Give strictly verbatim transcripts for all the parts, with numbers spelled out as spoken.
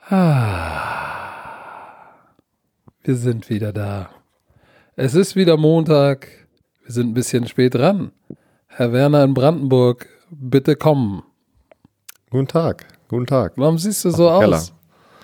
Wir sind wieder da. Es ist wieder Montag. Wir sind ein bisschen spät dran. Herr Werner in Brandenburg, bitte kommen. Guten Tag, guten Tag. Warum siehst du so aus?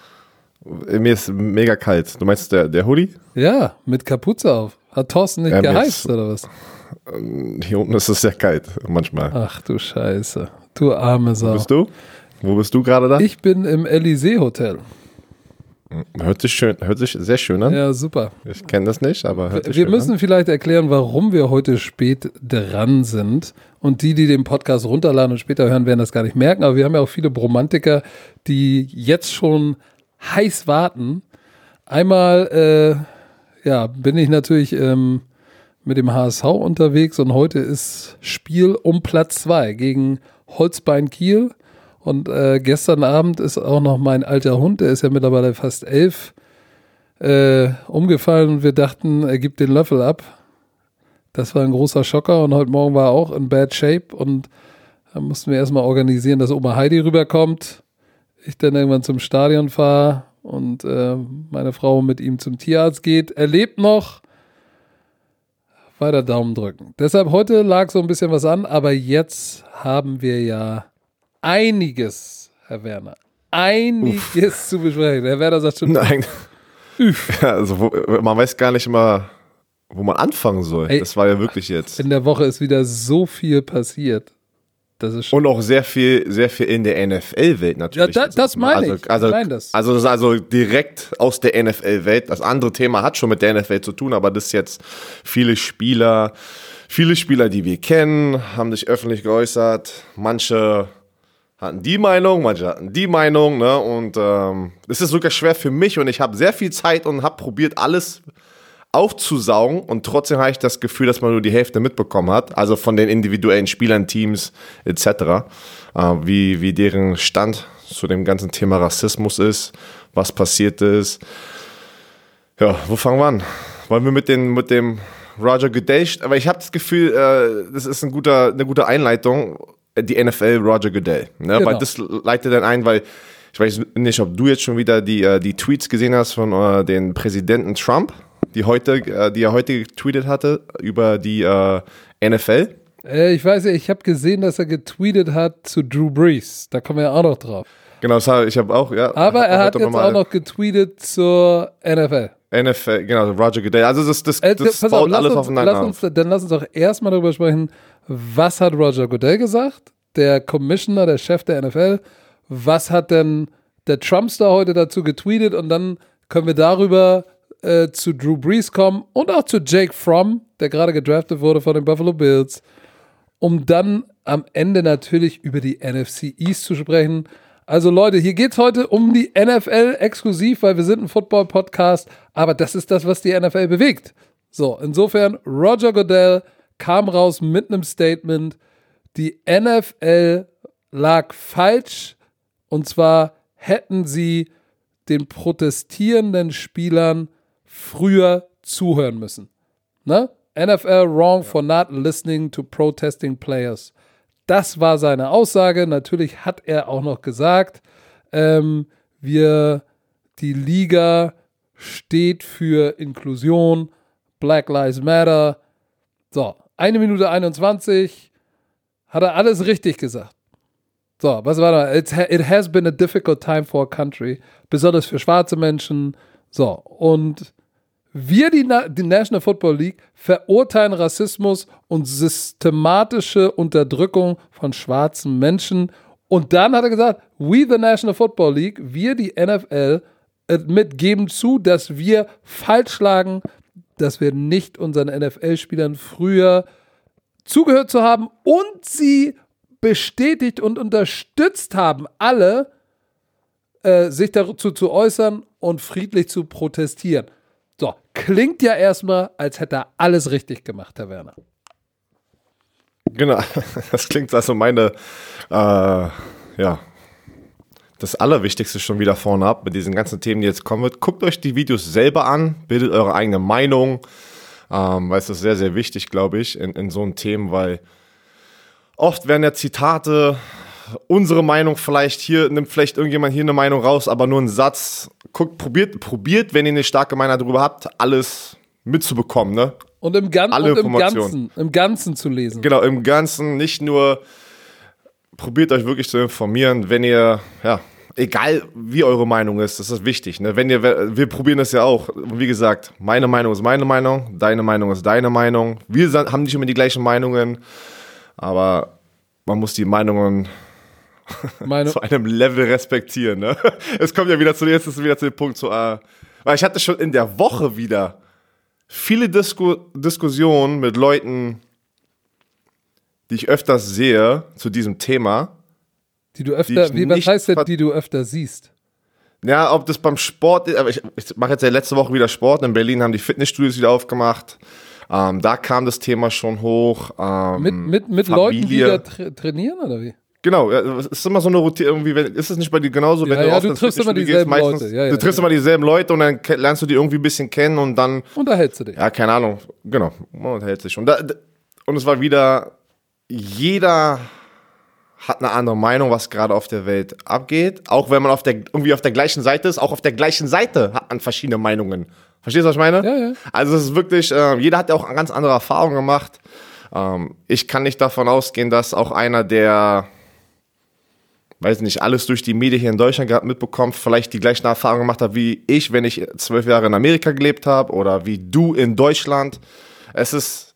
Mir ist mega kalt. Du meinst der, der Hoodie? Ja, mit Kapuze auf. Hat Thorsten nicht Ja, geheizt ist, oder was? Hier unten ist es sehr kalt, manchmal. Ach du Scheiße. Du arme Sau. Wo bist du? Wo bist du gerade da? Ich bin im Elysee-Hotel. Hört sich schön, hört sich sehr schön an. Ja, super. Ich kenne das nicht, aber hört sich Wir schön müssen an. vielleicht erklären, warum wir heute spät dran sind. Und die, die den Podcast runterladen und später hören, werden das gar nicht merken. Aber wir haben ja auch viele Bromantiker, die jetzt schon heiß warten. Einmal äh, ja, bin ich natürlich ähm, mit dem H S V unterwegs und heute ist Spiel um Platz zwei gegen Holstein Kiel. Und äh, gestern Abend ist auch noch mein alter Hund, der ist ja mittlerweile fast elf, äh, umgefallen und wir dachten, er gibt den Löffel ab. Das war ein großer Schocker und heute Morgen war er auch in bad shape und da mussten wir erstmal organisieren, dass Oma Heidi rüberkommt, ich dann irgendwann zum Stadion fahre und äh, meine Frau mit ihm zum Tierarzt geht. Er lebt noch, weiter Daumen drücken. Deshalb heute lag so ein bisschen was an, aber jetzt haben wir ja einiges, Herr Werner, einiges Uff. zu besprechen. Herr Werner sagt schon, Nein. Ja, also wo, man weiß gar nicht mal, wo man anfangen soll. Ey, das war ja wirklich jetzt. In der Woche ist wieder so viel passiert. Das ist und auch sehr viel, sehr viel in der N F L-Welt natürlich. Ja, da, das meine also, ich. Also, ich meine das. Also, das ist also direkt aus der N F L-Welt. Das andere Thema hat schon mit der N F L zu tun, aber das ist jetzt viele Spieler, viele Spieler, die wir kennen, haben sich öffentlich geäußert. Manche hatten die Meinung, manche hatten die Meinung, ne? Und ähm, es ist sogar schwer für mich und ich habe sehr viel Zeit und habe probiert, alles aufzusaugen und trotzdem habe ich das Gefühl, dass man nur die Hälfte mitbekommen hat, also von den individuellen Spielern, Teams et cetera, äh, wie, wie deren Stand zu dem ganzen Thema Rassismus ist, was passiert ist. Ja, wo fangen wir an? Wollen wir mit, den, mit dem Roger Goodell, aber ich habe das Gefühl, äh, das ist ein guter, eine gute Einleitung, die N F L Roger Goodell, ne? Genau. Weil das leitet dann ein, weil ich weiß nicht, ob du jetzt schon wieder die, die Tweets gesehen hast von uh, den Präsidenten Trump, die heute, die er heute getweetet hatte über die uh, N F L. Äh, ich weiß ja, ich habe gesehen, dass er getweetet hat zu Drew Brees. Da kommen wir ja auch noch drauf. Genau, ich habe auch, ja. Aber er hat jetzt auch noch getweetet zur N F L. N F L, genau, Roger Goodell. Also das, das, äh, das baut baut auf, alles uns, aufeinander lass uns, auf. Dann lass uns doch erstmal darüber sprechen, was hat Roger Goodell gesagt, der Commissioner, der Chef der N F L, was hat denn der Trumpster heute dazu getweetet und dann können wir darüber äh, zu Drew Brees kommen und auch zu Jake Fromm, der gerade gedraftet wurde von den Buffalo Bills, um dann am Ende natürlich über die N F C East zu sprechen. Also Leute, hier geht es heute um die N F L exklusiv, weil wir sind ein Football-Podcast, aber das ist das, was die N F L bewegt. So, insofern, Roger Goodell kam raus mit einem Statement, die N F L lag falsch und zwar hätten sie den protestierenden Spielern früher zuhören müssen. Ne? N F L wrong for not listening to protesting players. Das war seine Aussage. Natürlich hat er auch noch gesagt, ähm, wir, die Liga steht für Inklusion, Black Lives Matter. So, eine Minute einundzwanzig hat er alles richtig gesagt. So, was war da? It, it has been a difficult time for a country, besonders für schwarze Menschen. So, und wir, die, Na- die National Football League, verurteilen Rassismus und systematische Unterdrückung von schwarzen Menschen. Und dann hat er gesagt, we the National Football League, wir, die N F L, admit, geben zu, dass wir falsch lagen, dass wir nicht unseren N F L-Spielern früher zugehört zu haben und sie bestätigt und unterstützt haben, alle äh, sich dazu zu äußern und friedlich zu protestieren. So, klingt ja erstmal, als hätte er alles richtig gemacht, Herr Werner. Genau, das klingt also meine, äh, ja, das Allerwichtigste schon wieder vorne ab mit diesen ganzen Themen, die jetzt kommen wird. Guckt euch die Videos selber an, bildet eure eigene Meinung, ähm, weil es ist sehr, sehr wichtig, glaube ich, in, in so einem Themen, weil oft werden ja Zitate unsere Meinung vielleicht hier, nimmt vielleicht irgendjemand hier eine Meinung raus, aber nur einen Satz. Guckt, probiert, probiert, wenn ihr eine starke Meinung darüber habt, alles mitzubekommen, ne? Und im, Gan- Alle und im Informationen. Ganzen, im Ganzen zu lesen. Genau, im Ganzen, nicht nur, probiert euch wirklich zu informieren, wenn ihr, ja, egal wie eure Meinung ist, das ist wichtig, ne? Wenn ihr, wir probieren das ja auch, und wie gesagt, meine Meinung ist meine Meinung, deine Meinung ist deine Meinung, wir haben nicht immer die gleichen Meinungen, aber man muss die Meinungen Meine- zu einem Level respektieren, ne? Es kommt ja wieder zu, jetzt ist es wieder zu dem Punkt, zu, äh, weil ich hatte schon in der Woche wieder viele Disku- Diskussionen mit Leuten, die ich öfters sehe zu diesem Thema. Die du öfter, ich wie, was nicht heißt denn, ver- die du öfter siehst? Ja, ob das beim Sport ist, aber ich, ich mache jetzt ja letzte Woche wieder Sport. In Berlin haben die Fitnessstudios wieder aufgemacht. Ähm, da kam das Thema schon hoch. Ähm, Mit, mit, mit Leuten, die da tra- trainieren, oder wie? Genau, ja, es ist immer so eine Routine, irgendwie, wenn, ist es nicht bei dir genauso, wenn Ja, du ja, oft du ins triffst immer Fitnessstudio dieselben gehst, meistens, Leute. Ja, ja, du triffst ja. immer dieselben Leute und dann ke- lernst du die irgendwie ein bisschen kennen und dann, Unterhältst du dich. ja, keine Ahnung, genau, man unterhält sich. Und, da, und es war wieder, jeder hat eine andere Meinung, was gerade auf der Welt abgeht. Auch wenn man auf der, irgendwie auf der gleichen Seite ist, auch auf der gleichen Seite hat man verschiedene Meinungen. Verstehst du, was ich meine? Ja, ja. Also es ist wirklich, äh, jeder hat ja auch eine ganz andere Erfahrungen gemacht. Ähm, ich kann nicht davon ausgehen, dass auch einer, der, weiß nicht, alles durch die Medien hier in Deutschland gerade mitbekommt, vielleicht die gleichen Erfahrungen gemacht hat wie ich, wenn ich zwölf Jahre in Amerika gelebt habe oder wie du in Deutschland. Es ist,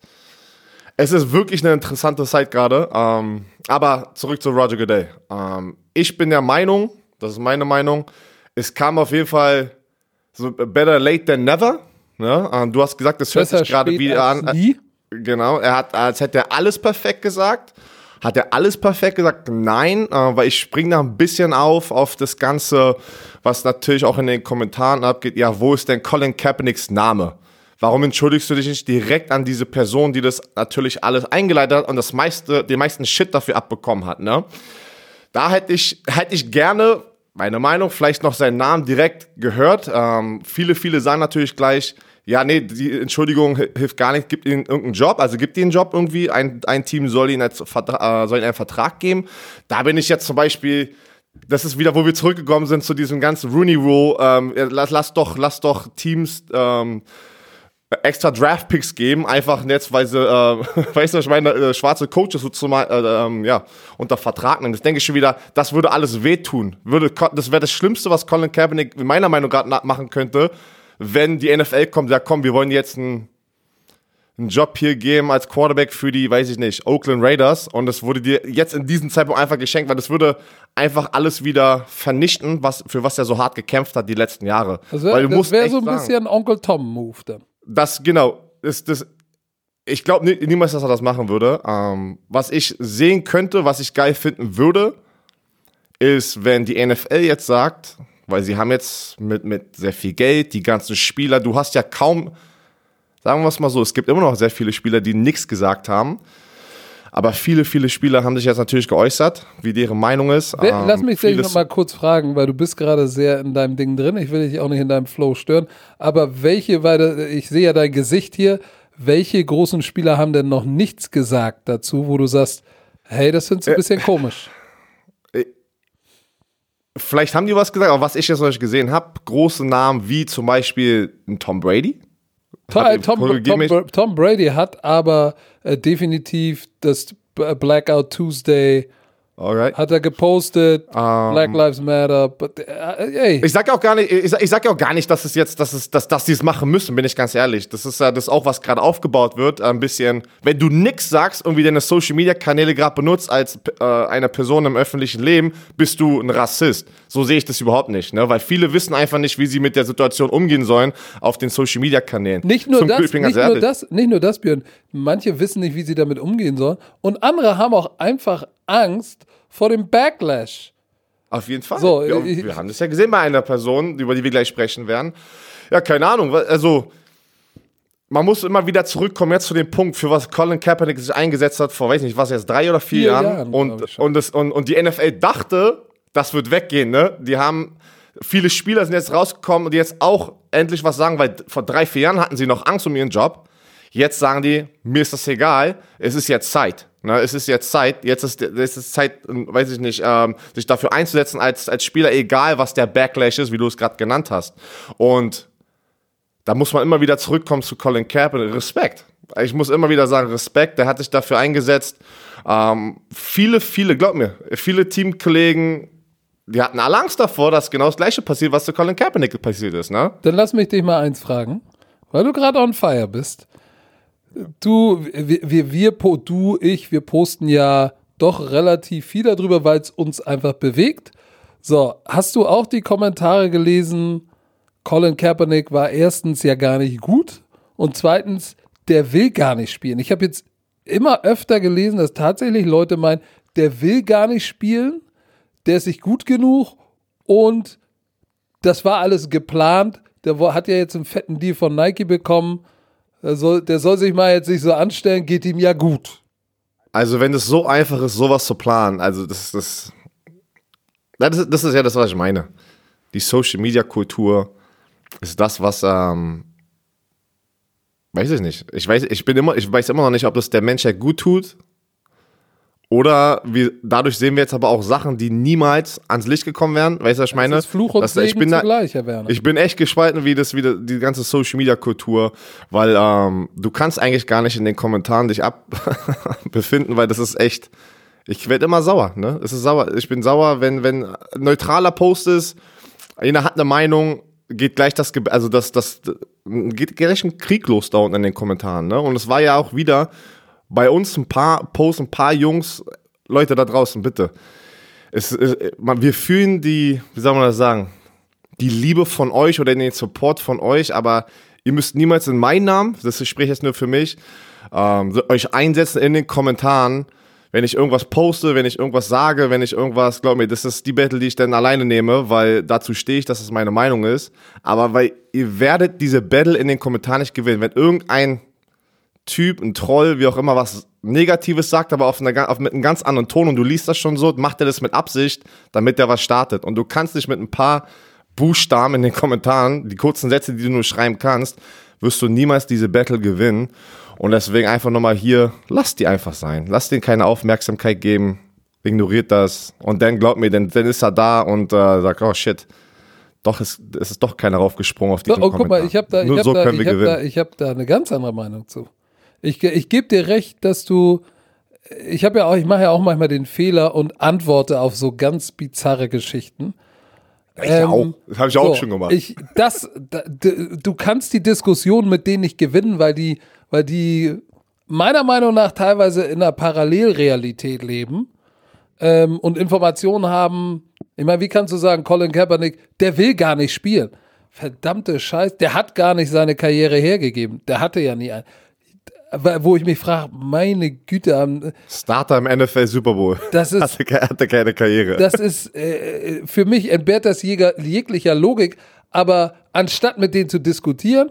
es ist wirklich eine interessante Zeit gerade. Ähm, aber zurück zu Roger Goodell. Ähm, ich bin der Meinung, das ist meine Meinung, es kam auf jeden Fall so better late than never. Ne? Ähm, du hast gesagt, das hört Besser sich gerade spät wieder als an. nie. Genau, er hat, als hätte er alles perfekt gesagt. Hat er alles perfekt gesagt? Nein, äh, weil ich springe da ein bisschen auf, auf das Ganze, was natürlich auch in den Kommentaren abgeht. Ja, wo ist denn Colin Kaepernicks Name? Warum entschuldigst du dich nicht direkt an diese Person, die das natürlich alles eingeleitet hat und das meiste, den meisten Shit dafür abbekommen hat, ne? Da hätte ich, hätte ich gerne, meine Meinung, vielleicht noch seinen Namen direkt gehört. Ähm, viele, viele sagen natürlich gleich, ja, nee, die Entschuldigung hilft gar nicht, gibt ihnen irgendeinen Job, also gibt ihnen einen Job irgendwie, ein, ein Team soll ihnen, als Vertra- äh, soll ihnen einen Vertrag geben. Da bin ich jetzt zum Beispiel, das ist wieder, wo wir zurückgekommen sind zu diesem ganzen Rooney Rule, ähm, lass, lass doch, lass doch Teams ähm, extra Draft-Picks geben, einfach jetzt, weil sie, äh, weißt du, ich meine, äh, schwarze Coaches so zum, äh, ähm, ja, unter Vertrag nehmen. Das denke ich schon wieder, das würde alles wehtun. Würde, das wäre das Schlimmste, was Colin Kaepernick in meiner Meinung gerade machen könnte, wenn die N F L kommt, sagt, komm, wir wollen jetzt einen, einen Job hier geben als Quarterback für die, weiß ich nicht, Oakland Raiders und das wurde dir jetzt in diesem Zeitpunkt einfach geschenkt, weil das würde einfach alles wieder vernichten, was, für was er so hart gekämpft hat die letzten Jahre. Das wäre wär so ein sagen, bisschen Onkel Tom-Move dann. Das, genau, ist das, ich glaube nie, niemals, dass er das machen würde. Ähm, was ich sehen könnte, was ich geil finden würde, ist, wenn die N F L jetzt sagt, weil sie haben jetzt mit, mit sehr viel Geld, die ganzen Spieler, du hast ja kaum, sagen wir es mal so, es gibt immer noch sehr viele Spieler, die nichts gesagt haben, aber viele, viele Spieler haben sich jetzt natürlich geäußert, wie deren Meinung ist. Wer, lass mich dich Vieles- noch mal kurz fragen, weil du bist gerade sehr in deinem Ding drin, ich will dich auch nicht in deinem Flow stören, aber welche, weil ich sehe ja dein Gesicht hier, welche großen Spieler haben denn noch nichts gesagt dazu, wo du sagst, hey, das findest du ein bisschen komisch? Vielleicht haben die was gesagt, aber was ich jetzt noch nicht gesehen habe, große Namen wie zum Beispiel ein Tom Brady. Tom, Hat- Tom, korrigier Tom, mich. Tom Brady hat aber äh, definitiv das B- Blackout Tuesday Alright. hat er gepostet, Ähm, Black Lives Matter, but, äh, ey, Ich sag ja auch gar nicht, ich sag, ich sag ja auch gar nicht, dass es jetzt, dass es, dass, dass die es machen müssen, bin ich ganz ehrlich. Das ist ja das auch, was gerade aufgebaut wird, ein bisschen. Wenn du nix sagst, irgendwie deine Social Media Kanäle gerade benutzt als äh, eine Person im öffentlichen Leben, bist du ein Rassist. So sehe ich das überhaupt nicht, ne? Weil viele wissen einfach nicht, wie sie mit der Situation umgehen sollen auf den Social Media Kanälen. nicht nur Zum das, Glück, ich bin ganz nicht nur ehrlich. das, nicht nur das, Björn. Manche wissen nicht, wie sie damit umgehen sollen und andere haben auch einfach Angst vor dem Backlash. Auf jeden Fall. So, wir, ich- wir haben das ja gesehen bei einer Person, über die wir gleich sprechen werden. Ja, keine Ahnung. wa- Also, man muss immer wieder zurückkommen jetzt zu dem Punkt, für was Colin Kaepernick sich eingesetzt hat, vor, weiß nicht, was jetzt, drei oder vier, Vier Jahren. Jahren, glaub ich und, schon. und, das, und, und die N F L dachte, das wird weggehen, ne? Die haben, viele Spieler sind jetzt rausgekommen und die jetzt auch endlich was sagen, weil vor drei, vier Jahren hatten sie noch Angst um ihren Job. Jetzt sagen die, mir ist das egal, es ist jetzt Zeit. Ne, es ist jetzt Zeit, jetzt ist es ist Zeit, weiß ich nicht, ähm, sich dafür einzusetzen als, als Spieler, egal was der Backlash ist, wie du es gerade genannt hast. Und da muss man immer wieder zurückkommen zu Colin Kaepernick. Respekt. Ich muss immer wieder sagen, Respekt, der hat sich dafür eingesetzt. Ähm, viele, viele, glaub mir, viele Teamkollegen, die hatten alle Angst davor, dass genau das Gleiche passiert, was zu Colin Kaepernick passiert ist, ne? Dann lass mich dich mal eins fragen, weil du gerade on fire bist. Du, wir, wir, wir, du, ich, wir posten ja doch relativ viel darüber, weil es uns einfach bewegt. So, hast du auch die Kommentare gelesen? Colin Kaepernick war erstens ja gar nicht gut und zweitens, der will gar nicht spielen. Ich habe jetzt immer öfter gelesen, dass tatsächlich Leute meinen, der will gar nicht spielen, der ist nicht gut genug und das war alles geplant. Der hat ja jetzt einen fetten Deal von Nike bekommen. Der soll, der soll sich mal jetzt nicht so anstellen, geht ihm ja gut. Also wenn es so einfach ist, sowas zu planen, also das, das, das, ist, das ist ja das, was ich meine. Die Social-Media-Kultur ist das, was, ähm, weiß ich nicht. Ich weiß, ich bin immer, ich weiß immer noch nicht, ob das der Menschheit gut tut oder wir, dadurch sehen wir jetzt aber auch Sachen, die niemals ans Licht gekommen wären. Weißt du, was ich meine? Das ist Fluch und Segen ich bin zugleich, da, Herr Werner. Ich bin echt gespalten, wie das wieder die ganze Social-Media-Kultur, weil ähm, du kannst eigentlich gar nicht in den Kommentaren dich ab befinden, weil das ist echt, ich werde immer sauer, ne? Es ist sauer. Ich bin sauer, wenn wenn ein neutraler Post ist, jeder hat eine Meinung, geht gleich das, Ge- also das, das geht gleich ein Krieg los da unten in den Kommentaren, ne? Und es war ja auch wieder bei uns ein paar Posts, ein paar Jungs, Leute da draußen, bitte. Es, es, man, wir fühlen die, wie soll man das sagen, die Liebe von euch oder den Support von euch, aber ihr müsst niemals in meinen Namen, das spreche ich jetzt nur für mich, ähm, euch einsetzen in den Kommentaren, wenn ich irgendwas poste, wenn ich irgendwas sage, wenn ich irgendwas, glaub mir, das ist die Battle, die ich dann alleine nehme, weil dazu stehe ich, dass es meine Meinung ist, aber weil ihr werdet diese Battle in den Kommentaren nicht gewinnen, wenn irgendein Typ, ein Troll, wie auch immer, was Negatives sagt, aber auf eine, auf, mit einem ganz anderen Ton und du liest das schon so, macht er das mit Absicht, damit er was startet. Und du kannst dich mit ein paar Buchstaben in den Kommentaren, die kurzen Sätze, die du nur schreiben kannst, wirst du niemals diese Battle gewinnen. Und deswegen einfach nochmal hier, lasst die einfach sein. Lasst denen keine Aufmerksamkeit geben, ignoriert das. Und dann, glaubt mir, dann, dann ist er da und äh, sagt, oh shit, doch, es, es ist doch keiner raufgesprungen auf diesen Oh, Kommentar. guck mal, ich habe da, ich Nur hab so da, können ich wir hab gewinnen. da, ich hab da eine ganz andere Meinung zu. Ich, ich gebe dir recht, dass du, ich habe ja auch, ich mache ja auch manchmal den Fehler und antworte auf so ganz bizarre Geschichten. Ich ähm, auch. Das habe ich auch so, schon gemacht. Ich, das, da, du kannst die Diskussion mit denen nicht gewinnen, weil die, weil die meiner Meinung nach teilweise in einer Parallelrealität leben ähm, und Informationen haben. Ich meine, wie kannst du sagen, Colin Kaepernick, der will gar nicht spielen? Verdammte Scheiße, der hat gar nicht seine Karriere hergegeben. Der hatte ja nie einen. Wo ich mich frage, meine Güte. Starter im N F L Super Bowl. Das ist, hatte, hatte keine Karriere. Das ist, äh, für mich entbehrt das jeger, jeglicher Logik. Aber anstatt mit denen zu diskutieren,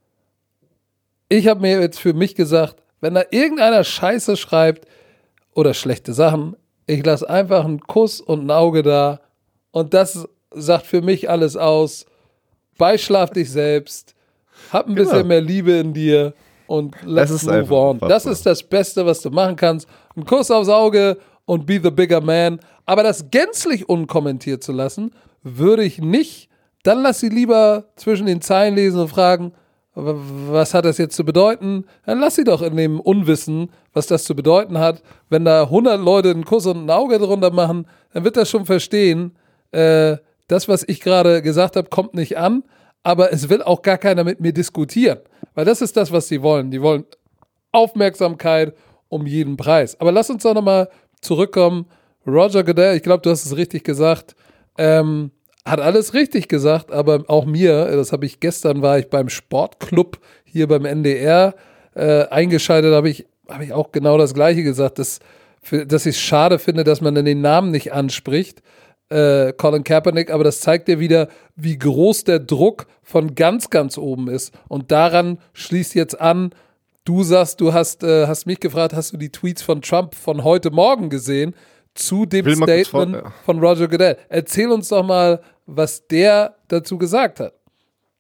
ich habe mir jetzt für mich gesagt, wenn da irgendeiner Scheiße schreibt oder schlechte Sachen, ich lasse einfach einen Kuss und ein Auge da und das sagt für mich alles aus. Beischlaf dich selbst, hab ein genau. bisschen mehr Liebe in dir und let's move on. Das ist das Beste, was du machen kannst. Ein Kuss aufs Auge und be the bigger man. Aber das gänzlich unkommentiert zu lassen, würde ich nicht. Dann lass sie lieber zwischen den Zeilen lesen und fragen, was hat das jetzt zu bedeuten? Dann lass sie doch in dem Unwissen, was das zu bedeuten hat. Wenn da hundert Leute einen Kuss und ein Auge drunter machen, dann wird das schon verstehen, äh, das, was ich gerade gesagt habe, kommt nicht an, aber es will auch gar keiner mit mir diskutieren. Weil das ist das, was sie wollen. Die wollen Aufmerksamkeit um jeden Preis. Aber lass uns doch nochmal zurückkommen. Roger Goodell, ich glaube, du hast es richtig gesagt, ähm, hat alles richtig gesagt, aber auch mir, das habe ich gestern, war ich beim Sportclub hier beim N D R äh, eingeschaltet, habe ich, hab ich auch genau das Gleiche gesagt, dass, für, dass ich es schade finde, dass man dann den Namen nicht anspricht, äh, Colin Kaepernick, aber das zeigt dir wieder, wie groß der Druck von ganz, ganz oben ist. Und daran schließt jetzt an, du sagst, du hast, äh, hast mich gefragt, hast du die Tweets von Trump von heute Morgen gesehen zu dem Statement vor, ja. von Roger Goodell? Erzähl uns doch mal, was der dazu gesagt hat.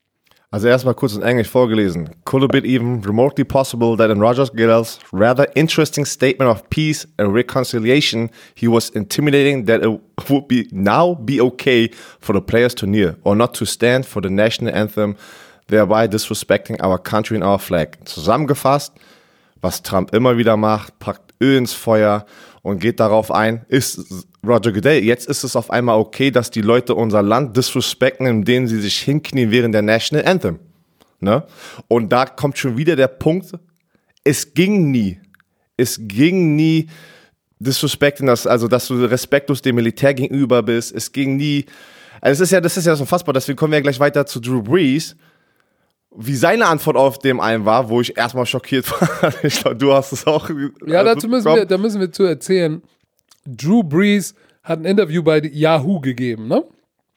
Also erstmal kurz in Englisch vorgelesen. Could it be even remotely possible that in Roger Goodell's rather interesting statement of peace and reconciliation, he was intimidating that it would be now be okay for the players to kneel or not to stand for the national anthem, thereby disrespecting our country and our flag. Zusammengefasst, was Trump immer wieder macht, packt Öl ins Feuer und geht darauf ein, ist Roger Goodell, jetzt ist es auf einmal okay, dass die Leute unser Land disrespekten, indem sie sich hinknien während der National Anthem. Ne? Und da kommt schon wieder der Punkt, es ging nie, es ging nie disrespekten, das, also dass du respektlos dem Militär gegenüber bist, es ging nie, also das ist ja, das ist ja so unfassbar, deswegen kommen wir ja gleich weiter zu Drew Brees, wie seine Antwort auf dem einen war, wo ich erstmal schockiert war. Ich glaube, du hast es auch. Ja, dazu müssen wir, da müssen wir zu erzählen. Drew Brees hat ein Interview bei Yahoo gegeben, ne?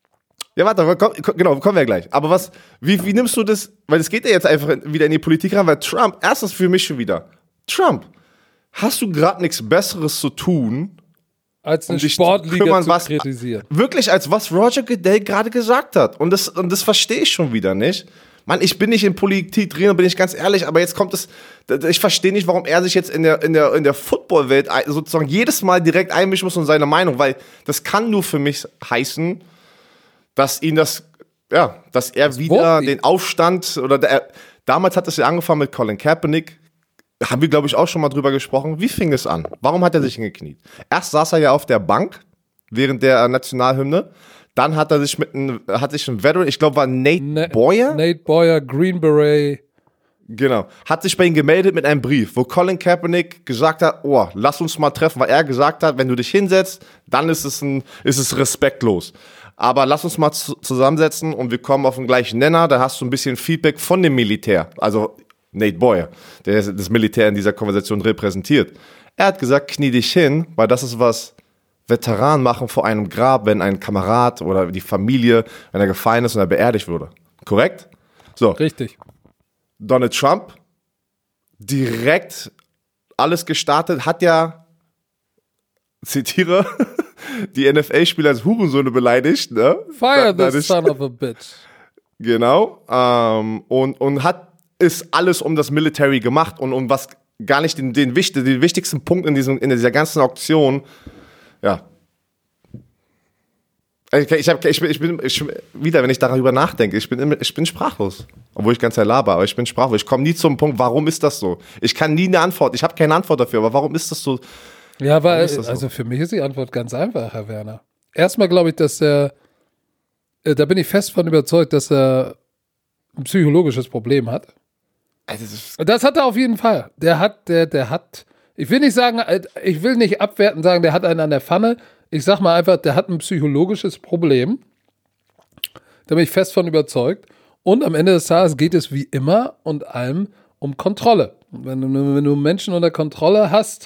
Ja, warte, komm, genau, kommen wir gleich. Aber was, wie, wie nimmst du das? Weil es geht ja jetzt einfach wieder in die Politik rein, weil Trump, erstens für mich schon wieder, Trump, hast du gerade nichts Besseres zu tun, als eine um Sportliga kümmern, zu was, kritisieren? Wirklich, als was Roger Goodell gerade gesagt hat. Und das, und das verstehe ich schon wieder nicht. Mann, ich bin nicht in Politik drin, bin ich ganz ehrlich, aber jetzt kommt es, ich verstehe nicht, warum er sich jetzt in der, in der, in der Football-Welt sozusagen jedes Mal direkt einmischen muss und seine Meinung, weil das kann nur für mich heißen, dass ihn das, ja, dass er das wieder den Aufstand, oder der, damals hat es ja angefangen mit Colin Kaepernick, haben wir, glaube ich, auch schon mal drüber gesprochen, wie fing es an? Warum hat er sich hingekniet? Erst saß er ja auf der Bank während der Nationalhymne. Dann hat er sich mit einem, hat sich ein Veteran, ich glaube, war Nate Na- Boyer? Nate Boyer, Green Beret. Genau. Hat sich bei ihm gemeldet mit einem Brief, wo Colin Kaepernick gesagt hat, oh, lass uns mal treffen, weil er gesagt hat, wenn du dich hinsetzt, dann ist es, ein, ist es respektlos. Aber lass uns mal zu, zusammensetzen und wir kommen auf den gleichen Nenner, da hast du ein bisschen Feedback von dem Militär. Also Nate Boyer, der das Militär in dieser Konversation repräsentiert. Er hat gesagt, knie dich hin, weil das ist was Veteranen machen vor einem Grab, wenn ein Kamerad oder die Familie, wenn er gefallen ist und er beerdigt wurde. Korrekt? So. Richtig. Donald Trump, direkt alles gestartet, hat ja, zitiere, die N F L-Spieler als Hurensöhne beleidigt. Ne? Fire this da, son of a bitch. Genau. Ähm, und, und hat ist alles um das Military gemacht und um was gar nicht den, den, den, den wichtigsten Punkt in, diesem, in dieser ganzen Auktion. Ja. Ich, ich, hab, ich, bin, ich bin ich, wieder, wenn ich darüber nachdenke, ich bin, ich bin sprachlos. Obwohl ich ganz laber, aber ich bin sprachlos. Ich komme nie zum Punkt, warum ist das so? Ich kann nie eine Antwort, ich habe keine Antwort dafür, aber warum ist das so? Ja, weil, also so? Für mich ist die Antwort ganz einfach, Herr Werner. Erstmal glaube ich, dass er, äh, da bin ich fest von überzeugt, dass er ein psychologisches Problem hat. Also das, das hat er auf jeden Fall. Der hat, der, der hat, ich will nicht sagen, ich will nicht abwertend sagen, der hat einen an der Pfanne. Ich sag mal einfach, der hat ein psychologisches Problem. Da bin ich fest von überzeugt. Und am Ende des Tages geht es wie immer und allem um Kontrolle. Wenn du, wenn du Menschen unter Kontrolle hast,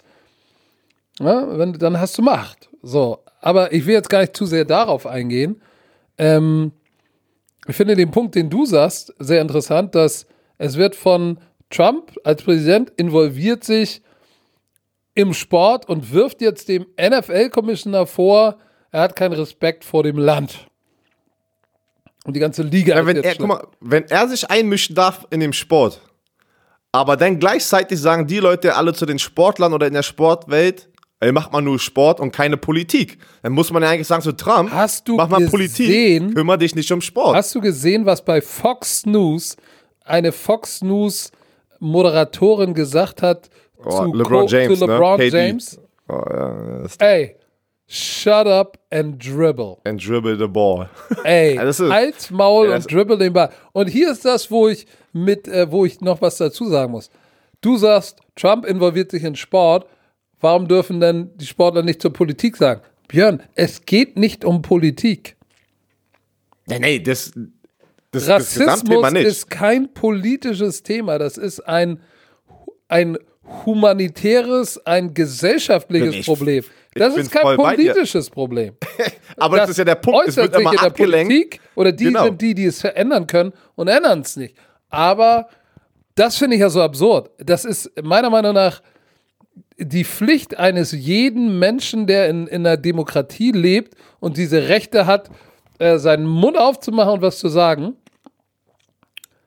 ja, wenn, dann hast du Macht. So, aber ich will jetzt gar nicht zu sehr darauf eingehen. Ähm, ich finde den Punkt, den du sagst, sehr interessant, dass es wird von Trump als Präsident involviert sich im Sport und wirft jetzt dem N F L-Commissioner vor, er hat keinen Respekt vor dem Land. Und die ganze Liga ja, wenn ist jetzt er, guck mal, wenn er sich einmischen darf in dem Sport, aber dann gleichzeitig sagen die Leute alle zu den Sportlern oder in der Sportwelt, ey, macht man nur Sport und keine Politik. Dann muss man ja eigentlich sagen zu Trump, hast du mach mal gesehen, Politik, kümmere dich nicht um Sport. Hast du gesehen, was bei Fox News eine Fox News Moderatorin gesagt hat oh, zu, LeBron Co- James, zu LeBron ne? James? Oh, ja, ey, shut up and dribble. And dribble the ball. Ey, ja, das ist, halt's Maul ja, und dribble den Ball. Und hier ist das, wo ich mit, äh, wo ich noch was dazu sagen muss. Du sagst, Trump involviert sich in Sport. Warum dürfen denn die Sportler nicht zur Politik sagen? Björn, es geht nicht um Politik. Nee, nee, das, das, Rassismus das nicht. ist kein politisches Thema. Das ist ein, ein humanitäres, ein gesellschaftliches ich, Problem. Das ist kein politisches Problem. Aber das, das ist ja der Punkt. Es wird immer in der abgelenkt. Politik oder die genau. sind die, die es verändern können und ändern es nicht. Aber das finde ich ja so absurd. Das ist meiner Meinung nach die Pflicht eines jeden Menschen, der in, in einer Demokratie lebt und diese Rechte hat, äh, seinen Mund aufzumachen und was zu sagen.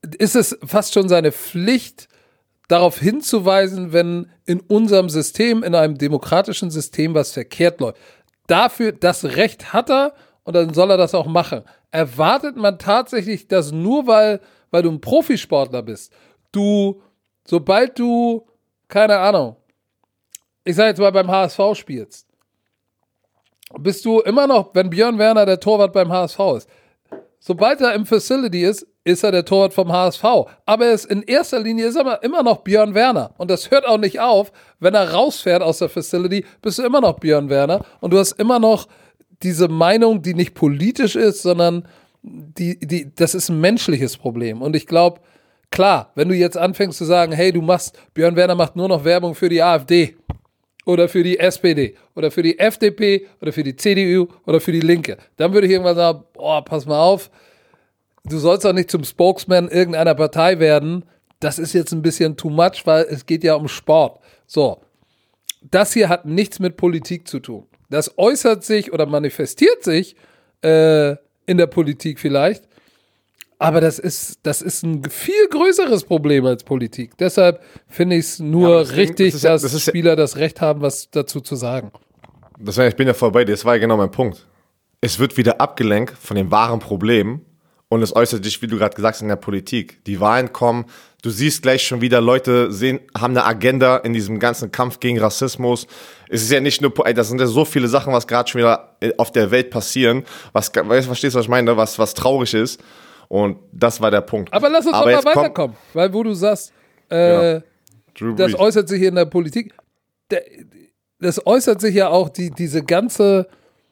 ist es fast schon seine Pflicht, darauf hinzuweisen, wenn in unserem System, in einem demokratischen System was verkehrt läuft. Dafür, das Recht hat er und dann soll er das auch machen. Erwartet man tatsächlich, dass nur weil, weil du ein Profisportler bist, du, sobald du, keine Ahnung, ich sag jetzt mal beim H S V spielst, bist du immer noch, wenn Björn Werner der Torwart beim H S V ist, sobald er im Facility ist, ist er der Torwart vom H S V. Aber er ist in erster Linie ist er immer noch Björn Werner. Und das hört auch nicht auf. Wenn er rausfährt aus der Facility, bist du immer noch Björn Werner. Und du hast immer noch diese Meinung, die nicht politisch ist, sondern die, die, das ist ein menschliches Problem. Und ich glaube, klar, wenn du jetzt anfängst zu sagen, hey, du machst, Björn Werner macht nur noch Werbung für die AfD oder für die S P D oder für die F D P oder für die C D U oder für die Linke, dann würde ich irgendwann sagen, boah, pass mal auf, du sollst doch nicht zum Spokesman irgendeiner Partei werden. Das ist jetzt ein bisschen too much, weil es geht ja um Sport. So, das hier hat nichts mit Politik zu tun. Das äußert sich oder manifestiert sich äh, in der Politik vielleicht, aber das ist, das ist ein viel größeres Problem als Politik. Deshalb finde ich es nur ja, deswegen, richtig, das ja, dass das Spieler ja, das Recht haben, was dazu zu sagen. Das war, ich bin ja voll bei dir, das war ja genau mein Punkt. Es wird wieder abgelenkt von den wahren Problemen. Und es äußert sich, wie du gerade gesagt hast, in der Politik. Die Wahlen kommen, du siehst gleich schon wieder, Leute sehen, haben eine Agenda in diesem ganzen Kampf gegen Rassismus. Es ist ja nicht nur, das sind ja so viele Sachen, was gerade schon wieder auf der Welt passieren. Was, weißt du, verstehst du, was ich meine? Was, was traurig ist. Und das war der Punkt. Aber lass uns Aber doch mal weiterkommen. Kommt, weil wo du sagst, äh, genau. das äußert sich in der Politik. Das äußert sich ja auch die, diese ganze...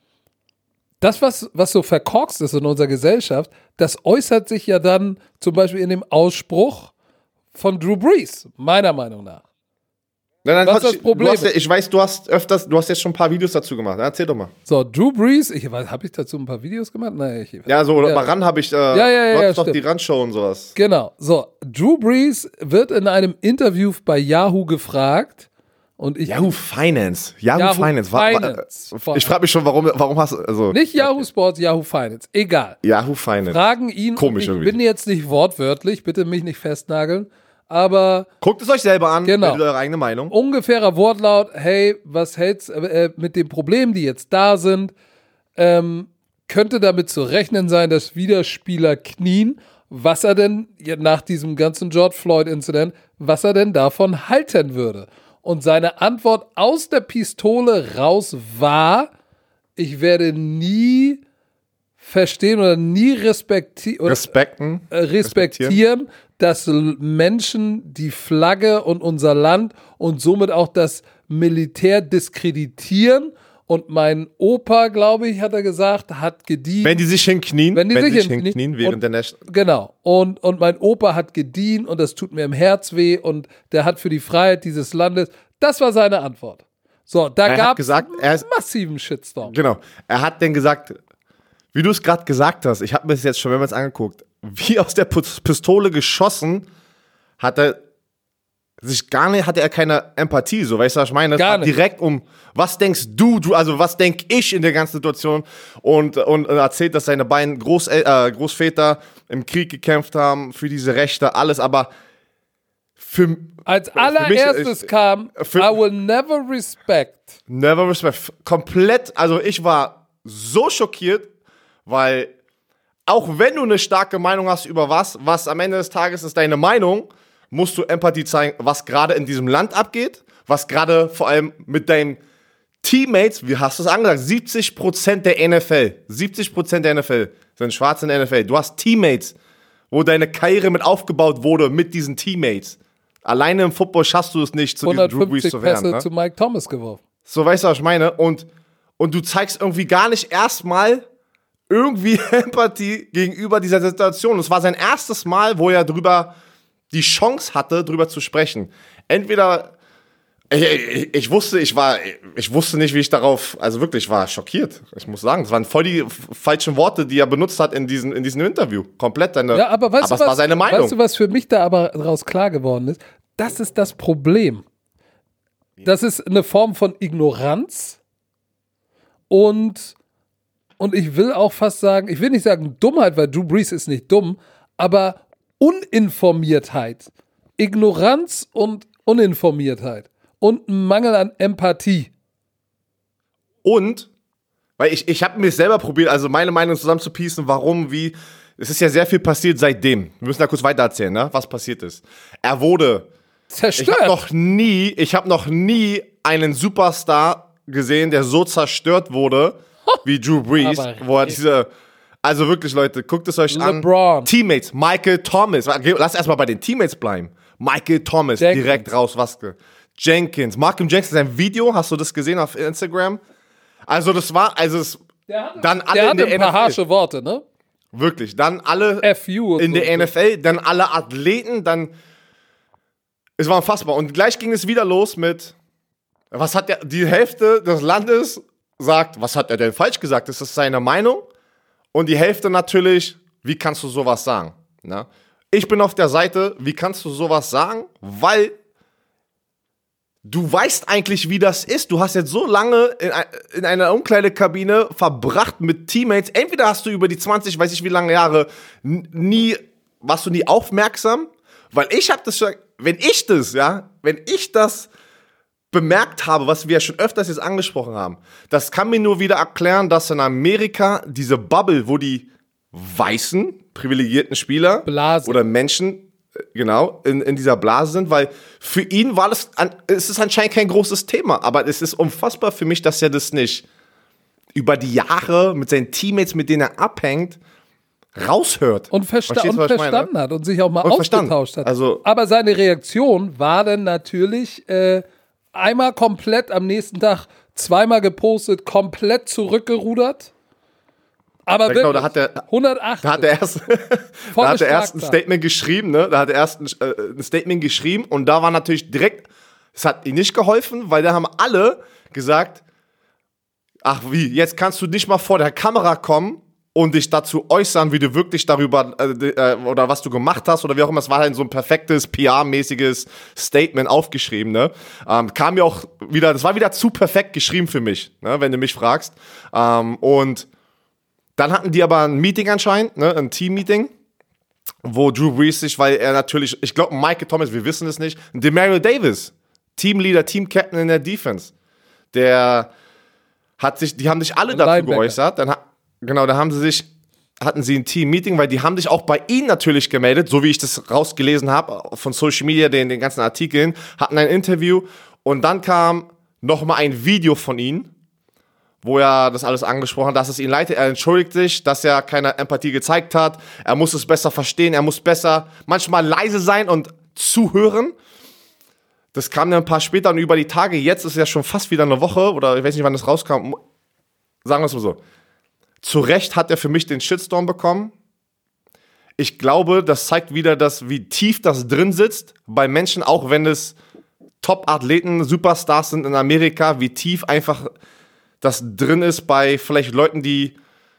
Das, was, was so verkorkst ist in unserer Gesellschaft, das äußert sich ja dann zum Beispiel in dem Ausspruch von Drew Brees, meiner Meinung nach. Nein, nein, was ist das Problem? Du hast ja, ich weiß, du hast öfters, du hast jetzt schon ein paar Videos dazu gemacht. Erzähl doch mal. So, Drew Brees, ich habe ich dazu ein paar Videos gemacht? Nein, ich, ja, so ja. Bei Ran habe ich, äh, ja, ja, ja, du ja, hast doch die Ran-Show und sowas. Genau, so, Drew Brees wird in einem Interview bei Yahoo gefragt, und ich, Yahoo Finance. Yahoo, Yahoo Finance. Finance. War, ich frage mich schon, warum, warum hast du. Also, nicht Yahoo Sports, Yahoo Finance. Egal. Yahoo Finance. Fragen ihn. Komisch ich irgendwie. bin jetzt nicht wortwörtlich, bitte mich nicht festnageln. Aber. Guckt es euch selber an, genau. Bildet eure eigene Meinung. Ungefährer Wortlaut: Hey, was hältst du äh, mit den Problemen, die jetzt da sind? Ähm, könnte damit zu rechnen sein, dass wieder Spieler knien, was er denn nach diesem ganzen George Floyd-Incident, was er denn davon halten würde. Und seine Antwort aus der Pistole raus war, ich werde nie verstehen oder nie respekti- oder Respekten, äh, respektieren, dass Menschen die Flagge und unser Land und somit auch das Militär diskreditieren. Und mein Opa, glaube ich, hat er gesagt, hat gedient. Wenn die sich hinknien, wenn die wenn sich die sich hinknien, hinknien während und, der National. Genau. Und, und mein Opa hat gedient und das tut mir im Herz weh und der hat für die Freiheit dieses Landes. Das war seine Antwort. So, da gab es einen massiven Shitstorm. Genau. Er hat denn gesagt, wie du es gerade gesagt hast, ich habe mir das jetzt schon mehrmals angeguckt, wie aus der Pistole geschossen, hat er sich gar nicht, hatte er keine Empathie, so, weißt du, was ich meine? Gar nicht. Direkt um, was denkst du, du, also was denk ich in der ganzen Situation und, und erzählt, dass seine beiden Groß, äh, Großväter im Krieg gekämpft haben für diese Rechte, alles, aber für, als allererstes für mich, kam, für, I will never respect. Never respect. Komplett, also ich war so schockiert, weil auch wenn du eine starke Meinung hast über was, was am Ende des Tages ist deine Meinung, musst du Empathie zeigen, was gerade in diesem Land abgeht, was gerade vor allem mit deinen Teammates, wie hast du es angesagt, siebzig Prozent der N F L, siebzig Prozent der N F L sind schwarz in der N F L. Du hast Teammates, wo deine Karriere mit aufgebaut wurde mit diesen Teammates. Alleine im Football schaffst du es nicht, zu diesem Drew Brees zu werden. Pässe ne? zu Mike Thomas geworfen. So, weißt du, was ich meine? Und, und du zeigst irgendwie gar nicht erstmal irgendwie Empathie gegenüber dieser Situation. Und es war sein erstes Mal, wo er drüber die Chance hatte, drüber zu sprechen. Entweder, ich, ich, ich wusste, ich war, ich wusste nicht, wie ich darauf, also wirklich, ich war schockiert. Ich muss sagen, es waren voll die falschen Worte, die er benutzt hat in diesem, in diesem Interview. Komplett seine, ja, aber weißt aber du, es was, war seine Meinung. Weißt du, was für mich da aber daraus klar geworden ist? Das ist das Problem. Das ist eine Form von Ignoranz und, und ich will auch fast sagen, ich will nicht sagen Dummheit, weil Drew Brees ist nicht dumm, aber Uninformiertheit, Ignoranz und Uninformiertheit und ein Mangel an Empathie. Und, weil ich, ich habe mir selber probiert, also meine Meinung zusammenzupiecen, warum, wie, es ist ja sehr viel passiert seitdem. Wir müssen da kurz weitererzählen, ne? Was passiert ist. Er wurde Zerstört. Ich habe noch nie, ich habe noch nie einen Superstar gesehen, der so zerstört wurde wie Drew Brees, Aber wo er diese, also wirklich Leute, guckt es euch LeBron. an. Teammates, Michael Thomas, lass erstmal bei den Teammates bleiben. Michael Thomas, Jenkins. direkt raus, Waske. Jenkins, Malcolm Jenkins, sein Video, hast du das gesehen auf Instagram? Also das war, also es, Der hatte, dann alle der in hatte der ein N paar F L. harsche Worte, ne? Wirklich, dann alle F U und in so. der N F L, dann alle Athleten, dann es war unfassbar. Und gleich ging es wieder los mit, was hat der, die Hälfte des Landes sagt, was hat er denn falsch gesagt? Das ist seine Meinung. Und die Hälfte natürlich, wie kannst du sowas sagen? Na? Ich bin auf der Seite, wie kannst du sowas sagen? Weil du weißt eigentlich, wie das ist. Du hast jetzt so lange in, in einer Umkleidekabine verbracht mit Teammates. Entweder hast du über die zwanzig, weiß ich wie lange Jahre, n- nie, warst du nie aufmerksam? Weil ich habe das schon, wenn ich das, ja, wenn ich das bemerkt habe, was wir ja schon öfters jetzt angesprochen haben, das kann mir nur wieder erklären, dass in Amerika diese Bubble, wo die weißen, privilegierten Spieler Blase. oder Menschen, genau, in, in dieser Blase sind, weil für ihn war das, es ist anscheinend kein großes Thema, aber es ist unfassbar für mich, dass er das nicht über die Jahre mit seinen Teammates, mit denen er abhängt, raushört. Und, versta Verstehst und du, was ich meine? verstanden hat und sich auch mal Und ausgetauscht verstanden. hat. Also- Aber seine Reaktion war dann natürlich äh, einmal komplett am nächsten Tag zweimal gepostet, komplett zurückgerudert. Aber Ja, genau, wirklich, da hat er- hundertacht. Da hat er erst, da hat er erst ein Statement geschrieben, ne? Da hat er erst ein, äh, ein Statement geschrieben und da war natürlich direkt, es hat ihm nicht geholfen, weil da haben alle gesagt, ach wie, jetzt kannst du nicht mal vor der Kamera kommen und dich dazu äußern, wie du wirklich darüber, äh, oder was du gemacht hast oder wie auch immer. Es war halt so ein perfektes P R-mäßiges Statement aufgeschrieben, ne? Ähm, kam mir auch wieder, das war wieder zu perfekt geschrieben für mich, ne? Wenn du mich fragst. Ähm, und dann hatten die aber ein Meeting anscheinend, ne? Ein Team-Meeting, wo Drew Brees sich, weil er natürlich, ich glaube, Michael Thomas, wir wissen es nicht, Demario Davis, Teamleader, Team-Captain in der Defense, der hat sich, die haben sich alle dazu Linebacker. geäußert, dann ha- genau, da haben sie sich, hatten sie ein Team-Meeting, weil die haben sich auch bei ihm natürlich gemeldet, so wie ich das rausgelesen habe, von Social Media, den, den ganzen Artikeln, hatten ein Interview und dann kam nochmal ein Video von ihm, wo er das alles angesprochen hat, dass es ihn leitet. Er entschuldigt sich, dass er keine Empathie gezeigt hat. Er muss es besser verstehen, er muss besser manchmal leise sein und zuhören. Das kam dann ein paar später und über die Tage, jetzt ist ja schon fast wieder eine Woche, oder ich weiß nicht, wann das rauskam, sagen wir es mal so. Zu Recht hat er für mich den Shitstorm bekommen. Ich glaube, das zeigt wieder, dass, wie tief das drin sitzt bei Menschen, auch wenn es Top-Athleten, Superstars sind in Amerika, wie tief einfach das drin ist bei vielleicht Leuten, die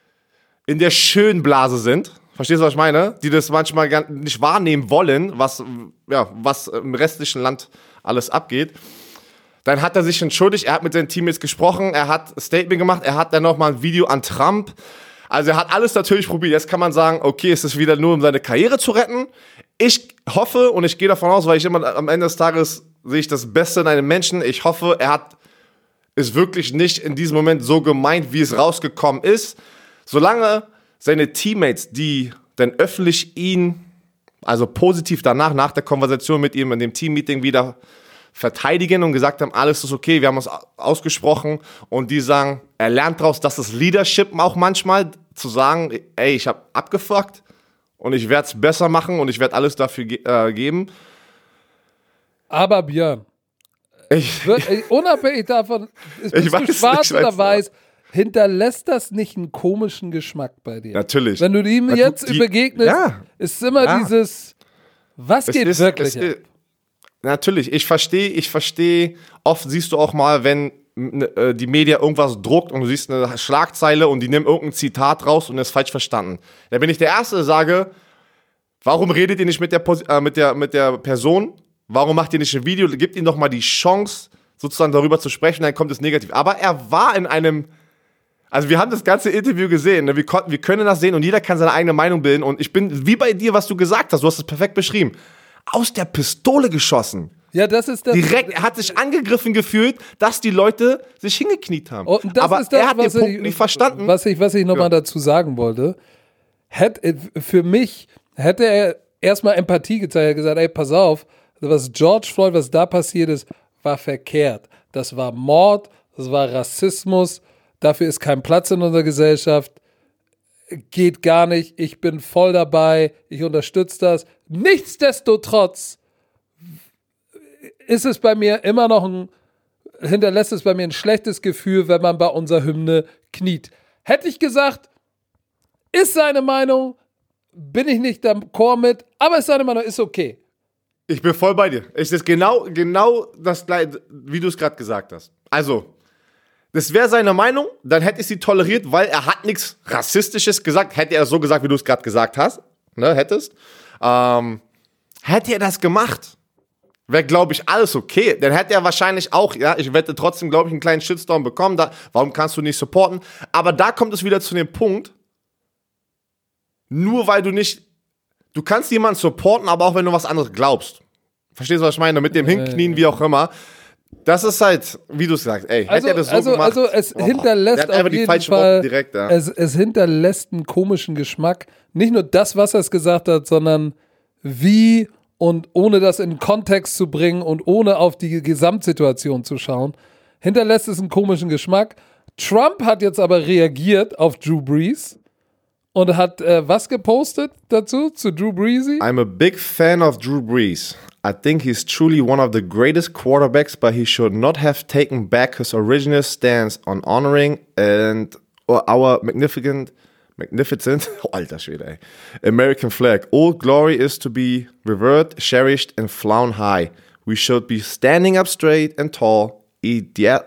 in der schönen Blase sind. Verstehst du, was ich meine? Die das manchmal gar nicht wahrnehmen wollen, was, ja, was im restlichen Land alles abgeht. Dann hat er sich entschuldigt, er hat mit seinen Teammates gesprochen, er hat ein Statement gemacht, er hat dann nochmal ein Video an Trump. Also er hat alles natürlich probiert. Jetzt kann man sagen, okay, es ist wieder nur, um seine Karriere zu retten. Ich hoffe und ich gehe davon aus, weil ich immer am Ende des Tages sehe ich das Beste in einem Menschen. Ich hoffe, er hat ist wirklich nicht in diesem Moment so gemeint, wie es rausgekommen ist. Solange seine Teammates, die dann öffentlich ihn, also positiv danach, nach der Konversation mit ihm in dem Team-Meeting wieder verteidigen und gesagt haben, alles ist okay, wir haben uns ausgesprochen und die sagen, er lernt daraus, das ist Leadership auch manchmal, zu sagen, ey, ich habe abgefuckt und ich werde es besser machen und ich werde alles dafür ge- äh, geben. Aber Björn, Ich, wird, ey, unabhängig davon, ist Ich bist weiß du schwarz nicht, oder weißt du. weiß, hinterlässt das nicht einen komischen Geschmack bei dir? Natürlich. Wenn du ihm Na, jetzt die- begegnest, ja. ist immer Ja. dieses, was Es geht ist- wirklich es ab? ist- Natürlich, ich verstehe, ich verstehe, oft siehst du auch mal, wenn äh, die Media irgendwas druckt und du siehst eine Schlagzeile und die nimmt irgendein Zitat raus und ist falsch verstanden. Da bin ich der Erste, der sage, warum redet ihr nicht mit der, Pos- äh, mit der, mit der Person? Warum macht ihr nicht ein Video? Gebt ihm doch mal die Chance, sozusagen darüber zu sprechen, dann kommt es negativ. Aber er war in einem, Also wir haben das ganze Interview gesehen, ne? wir, konnten, wir können das sehen und jeder kann seine eigene Meinung bilden und ich bin wie bei dir, was du gesagt hast, du hast es perfekt beschrieben, aus der Pistole geschossen. Ja, das ist das. Direkt, er hat sich angegriffen gefühlt, dass die Leute sich hingekniet haben. Und das Aber ist das, er hat den was Punkt ich, nicht verstanden. Was ich, was ich nochmal Ja. dazu sagen wollte, hätte, für mich hätte er erstmal Empathie gezeigt, er hat gesagt, ey, pass auf, was George Floyd, was da passiert ist, war verkehrt. Das war Mord, das war Rassismus, dafür ist kein Platz in unserer Gesellschaft, geht gar nicht, ich bin voll dabei, ich unterstütze das. Nichtsdestotrotz ist es bei mir immer noch ein, hinterlässt es bei mir ein schlechtes Gefühl, wenn man bei unserer Hymne kniet. Hätte ich gesagt, ist seine Meinung, bin ich nicht d'accord mit, aber ist seine Meinung, ist okay. Ich bin voll bei dir. Es ist genau, genau das gleiche, wie du es gerade gesagt hast. Also, das wäre seine Meinung, dann hätte ich sie toleriert, weil er hat nichts Rassistisches gesagt. Hätte er so gesagt, wie du es gerade gesagt hast, ne, hättest. Ähm, hätte er das gemacht, wäre, glaube ich, alles okay. Dann hätte er wahrscheinlich auch, ja, ich wette trotzdem, glaube ich, einen kleinen Shitstorm bekommen. Da, warum kannst du nicht supporten? Aber da kommt es wieder zu dem Punkt, nur weil du nicht, du kannst jemanden supporten, aber auch wenn du was anderes glaubst. Verstehst du, was ich meine? Mit dem Hinknien, wie auch immer. Das ist halt, wie du es sagst, ey, Also, hätte er das so also, gemacht. also es oh, hinterlässt der hat auf einfach die jeden falschen Fall, Worte direkt, ja. es, es hinterlässt einen komischen Geschmack. Nicht nur das, was er es gesagt hat, sondern wie und ohne das in den Kontext zu bringen und ohne auf die Gesamtsituation zu schauen, hinterlässt es einen komischen Geschmack. Trump hat jetzt aber reagiert auf Drew Brees und hat äh, was gepostet dazu, zu Drew Breesy? I'm a big fan of Drew Brees. I think he's truly one of the greatest quarterbacks, but he should not have taken back his original stance on honoring and or our magnificent, magnificent, oh, alter Schwede, ey, American flag. Old glory is to be revered, cherished and flown high. We should be standing up straight and tall. Ideal,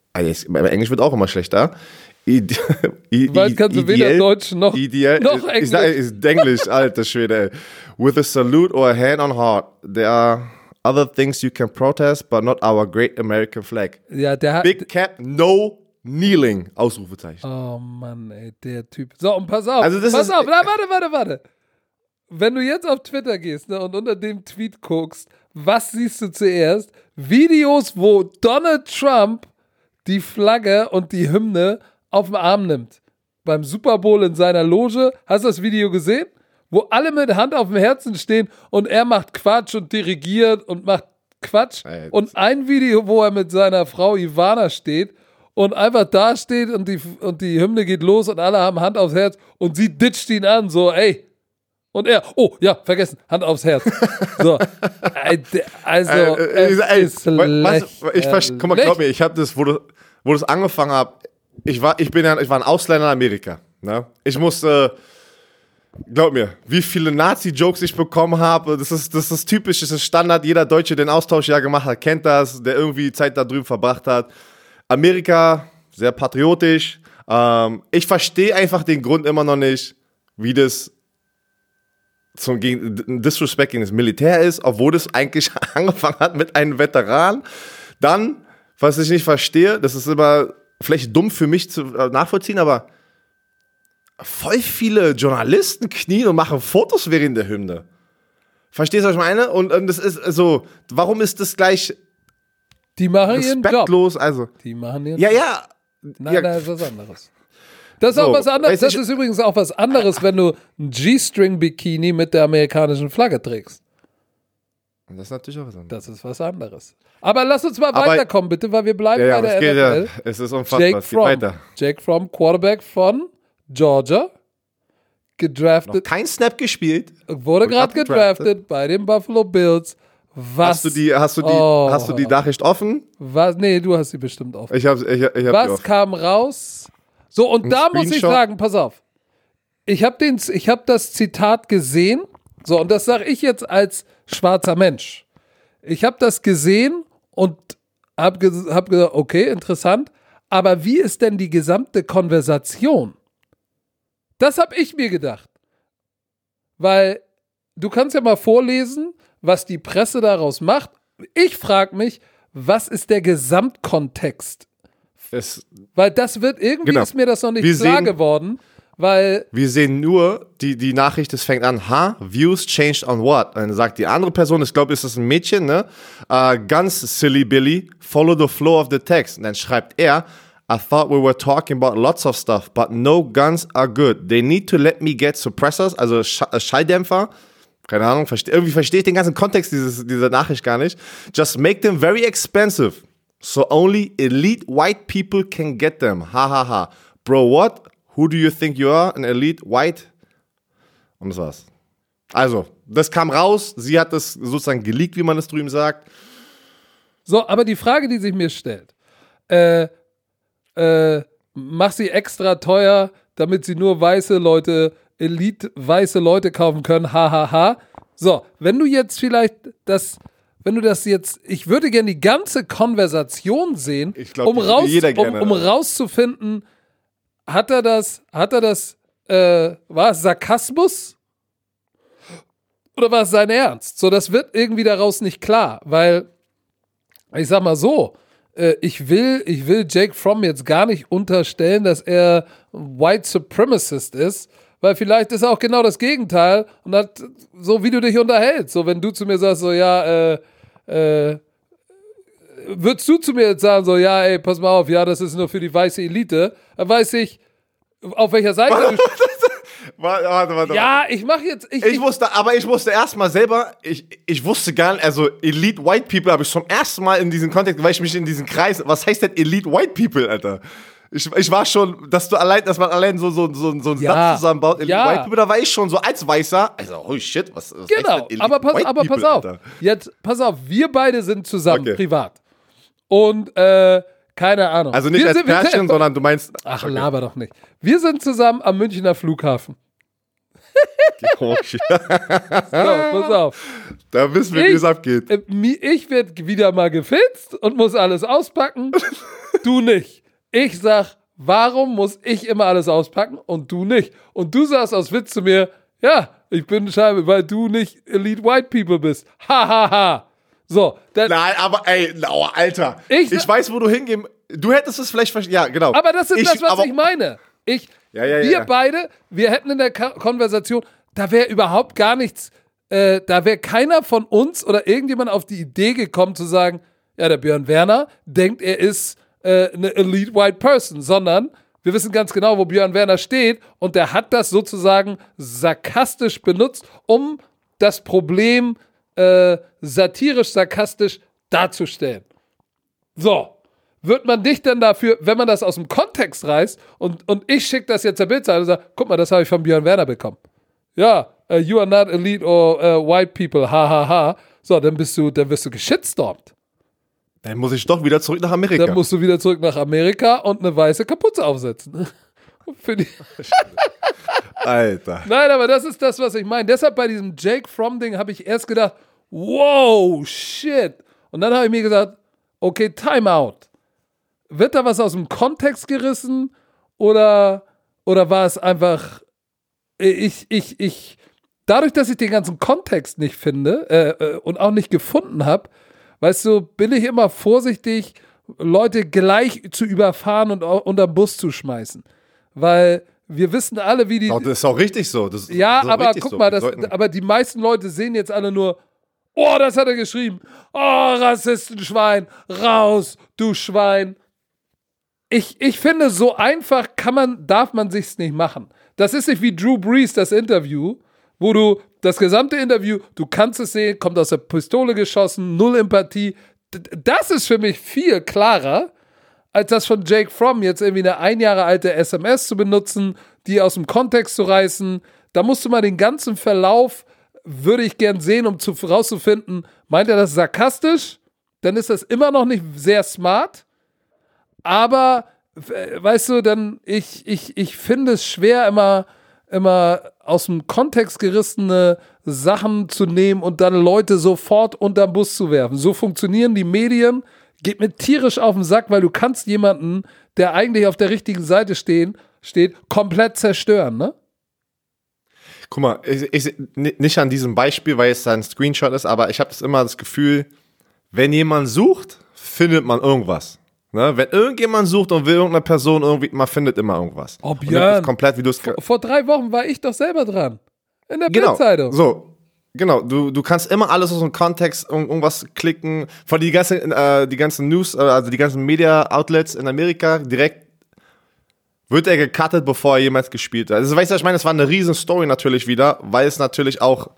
bei Englisch wird auch immer schlechter. Ide, I, Weil kannst du weder Deutsch noch, ideal, noch Englisch. Ich sag, ist Englisch, alter Schwede, ey. With a salute or a hand on heart. There are other things you can protest, but not our great American flag. Ja, der hat, Big cap, no kneeling. Ausrufezeichen. oh Mann, ey, der Typ. So, und pass auf, Also das pass ist- auf, na, warte, warte, warte. Wenn du jetzt auf Twitter gehst, ne, und unter dem Tweet guckst, was siehst du zuerst? Videos, wo Donald Trump die Flagge und die Hymne auf den Arm nimmt. Beim Super Bowl in seiner Loge. Hast du das Video gesehen? Wo alle mit Hand auf dem Herzen stehen und er macht Quatsch und dirigiert und macht Quatsch. Ey, Und ein Video, wo er mit seiner Frau Ivana steht und einfach da steht und die, und die Hymne geht los und alle haben Hand aufs Herz und sie ditcht ihn an, so, ey. Und er, oh, ja, vergessen, Hand aufs Herz. So, Ey, de- also, Äh, es ey, ist was, ich verste- Guck mal, glaub mir, lächerlich. ich habe das, wo du, wo das angefangen hab, ich war, ich bin ja, ich war ein Ausländer in Amerika. Ne? Ich musste, glaub mir, wie viele Nazi-Jokes ich bekommen habe, das ist, das ist typisch, das ist Standard, jeder Deutsche, der den Austausch ja gemacht hat, kennt das, der irgendwie Zeit da drüben verbracht hat. Amerika, sehr patriotisch. Ähm, ich verstehe einfach den Grund immer noch nicht, wie das zum gegen, Disrespect gegen das Militär ist, obwohl das eigentlich angefangen hat mit einem Veteran. Dann, was ich nicht verstehe, das ist immer vielleicht dumm für mich zu äh, nachvollziehen, aber voll viele Journalisten knien und machen Fotos während der Hymne. Verstehst du, was ich meine? Und, und das ist so, warum ist das gleich Die machen ihren Job. respektlos? Also, Die machen ihren ja, Job. ja. Nein, ja, nein, das ist was anderes. Das ist So, auch was anderes. weiß Das ich- ist übrigens auch was anderes, wenn du ein G-String-Bikini mit der amerikanischen Flagge trägst. Das ist natürlich auch was anderes. Das ist was anderes. Aber lass uns mal Aber- weiterkommen, bitte, weil wir bleiben Ja, ja, bei es der geht N ja, F L. es ist unfassbar, Jake es geht Fromm. weiter. Jake Fromm, Quarterback von Georgia, Noch gedraftet, kein Snap gespielt. wurde und gerade abgedraftet. gedraftet bei den Buffalo Bills. Was? Hast du die, hast du die, Oh. hast du die Nachricht offen? Was? Nee, du hast sie bestimmt auf. Ich habe ich, ich hab die Was offen. kam raus? So, und Ein da muss ich Screenshot. sagen, pass auf. Ich habe hab das Zitat gesehen. So, und das sage ich jetzt als schwarzer Mensch. Ich habe das gesehen und habe ge hab gesagt, okay, interessant. Aber wie ist denn die gesamte Konversation? Das habe ich mir gedacht. Weil du kannst ja mal vorlesen, was die Presse daraus macht. Ich frage mich, was ist der Gesamtkontext Es, Weil das wird, irgendwie genau. ist mir das noch nicht Wir klar sehen, geworden, weil... Wir sehen nur, die, die Nachricht, es fängt an, ha, views changed on what? Und dann sagt die andere Person, ich glaube, ist das ein Mädchen, ne? Uh, Guns, silly Billy, follow the flow of the text. Und dann schreibt er, I thought we were talking about lots of stuff, but no guns are good. They need to let me get suppressors, also Sch- Schalldämpfer. Keine Ahnung, verste- irgendwie verstehe ich den ganzen Kontext dieses, dieser Nachricht gar nicht. Just make them very expensive, so only elite white people can get them. Ha, ha, ha. Bro, what? Who do you think you are? An elite white? Und das war's. Also, das kam raus. Sie hat das sozusagen geleakt, wie man es drüben sagt. So, aber die Frage, die sich mir stellt, äh, äh, mach sie extra teuer, damit sie nur weiße Leute, elite weiße Leute kaufen können, hahaha. Ha, ha. So, wenn du jetzt vielleicht das, wenn du das jetzt, ich würde gerne die ganze Konversation sehen, Ich glaub, um, die würde raus, jeder um, gerne. um rauszufinden, hat er das, hat er das, äh, war es Sarkasmus? Oder war es sein Ernst? So, das wird irgendwie daraus nicht klar, weil, ich sag mal so, äh, ich will, ich will Jake Fromm jetzt gar nicht unterstellen, dass er White Supremacist ist, weil vielleicht ist er auch genau das Gegenteil und hat, so wie du dich unterhältst, so wenn du zu mir sagst, so ja, äh, äh, würdest du zu mir jetzt sagen, so ja, ey, pass mal auf, ja, das ist nur für die weiße Elite, dann weiß ich, auf welcher Seite du Warte, warte, warte. Ja, ich mache jetzt. Ich, Ich wusste, aber ich wusste erstmal selber, ich, ich wusste gar nicht, also Elite White People habe ich zum ersten Mal in diesem Kontext, weil ich mich in diesen Kreis, was heißt denn Elite White People, Alter? Ich, ich war schon, dass du allein, dass man allein so, so, so, so einen Ja. Satz zusammenbaut, Elite Ja. White People, da war ich schon so als Weißer, also holy shit, was, was genau, heißt denn Elite aber pass, White aber People, pass auf. Alter? Jetzt, pass auf, wir beide sind zusammen, Okay. privat. Und, äh, keine Ahnung. Also nicht wir als sind, wir- Pärchen, sondern du meinst, Ach, okay. laber doch nicht. Wir sind zusammen am Münchner Flughafen. Oh, shit. So, pass auf. Da wissen wir, wie Ich- es abgeht. Äh, mi- Ich werde wieder mal gefilzt und muss alles auspacken. Du nicht. Ich sag, warum muss ich immer alles auspacken und du nicht? Und du sagst aus Witz zu mir, ja, ich bin scheinbar, weil du nicht Elite White People bist. Ha, ha, ha. So, dann, Nein, aber ey, oh, Alter. Ich- Ich, weiß, wo du hingehen. Du hättest es vielleicht verstanden. Ja, genau. aber das ist ich, das, was aber, ich meine. Ich, Ja, ja, wir ja. beide, wir hätten in der Ka- Konversation, da wäre überhaupt gar nichts, äh, da wäre keiner von uns oder irgendjemand auf die Idee gekommen zu sagen, ja, der Björn Werner denkt, er ist äh, eine Elite White Person, sondern wir wissen ganz genau, wo Björn Werner steht und der hat das sozusagen sarkastisch benutzt, um das Problem äh, satirisch-sarkastisch darzustellen. So. Wird man dich denn dafür, wenn man das aus dem Kontext reißt und, und ich schicke das jetzt der Bildzeitung und sage, guck mal, das habe ich von Björn Werner bekommen. Ja, uh, you are not elite or uh, white people, ha, ha, ha. So, dann bist du, dann wirst du geschitstormt. Dann muss ich doch wieder zurück nach Amerika. Dann musst du wieder zurück nach Amerika und eine weiße Kapuze aufsetzen. Für die Alter. Nein, aber das ist das, was ich meine. Deshalb bei diesem Jake Fromm-Ding habe ich erst gedacht, wow, shit. Und dann habe ich mir gesagt, okay, time out. Wird da was aus dem Kontext gerissen oder, oder war es einfach, ich, ich, ich, dadurch, dass ich den ganzen Kontext nicht finde äh, äh, und auch nicht gefunden habe, weißt du, bin ich immer vorsichtig, Leute gleich zu überfahren und au- unter den Bus zu schmeißen. Weil wir wissen alle, wie die. Doch, das ist auch richtig so. Das, Ja, das ist auch aber richtig guck so. mal, Wir das, sollten- aber die meisten Leute sehen jetzt alle nur, oh, das hat er geschrieben. Oh, Rassistenschwein, raus, du Schwein. Ich, ich finde, so einfach kann man, darf man sich's nicht machen. Das ist nicht wie Drew Brees, das Interview, wo du das gesamte Interview, du kannst es sehen, kommt aus der Pistole geschossen, null Empathie. D- Das ist für mich viel klarer, als das von Jake Fromm jetzt irgendwie eine ein Jahre alte S M S zu benutzen, die aus dem Kontext zu reißen. Da musst du mal den ganzen Verlauf, würde ich gern sehen, um zu, rauszufinden, meint er das sarkastisch? Dann ist das immer noch nicht sehr smart. Aber, äh, weißt du, dann, ich, ich, ich finde es schwer, immer, immer aus dem Kontext gerissene Sachen zu nehmen und dann Leute sofort unterm Bus zu werfen. So funktionieren die Medien. Geht mir tierisch auf den Sack, weil du kannst jemanden, der eigentlich auf der richtigen Seite stehen, steht, komplett zerstören, ne? Guck mal, ich, ich, nicht an diesem Beispiel, weil es da ein Screenshot ist, aber ich habe das immer das Gefühl, wenn jemand sucht, findet man irgendwas. Ne? Wenn irgendjemand sucht und will irgendeine Person irgendwie, man findet immer irgendwas. Oh, Und das Björn, ist komplett, wie du es vor, vor drei Wochen war ich doch selber dran. In der Genau, Bildzeitung. so. Genau, du, du kannst immer alles aus dem Kontext irgendwas klicken. Von die ganzen, äh, die ganzen News, äh, also die ganzen Media-Outlets in Amerika, direkt wird er gecuttet, bevor er jemals gespielt hat. Also, weißt du, ich meine, es war eine riesen Story natürlich wieder, weil es natürlich auch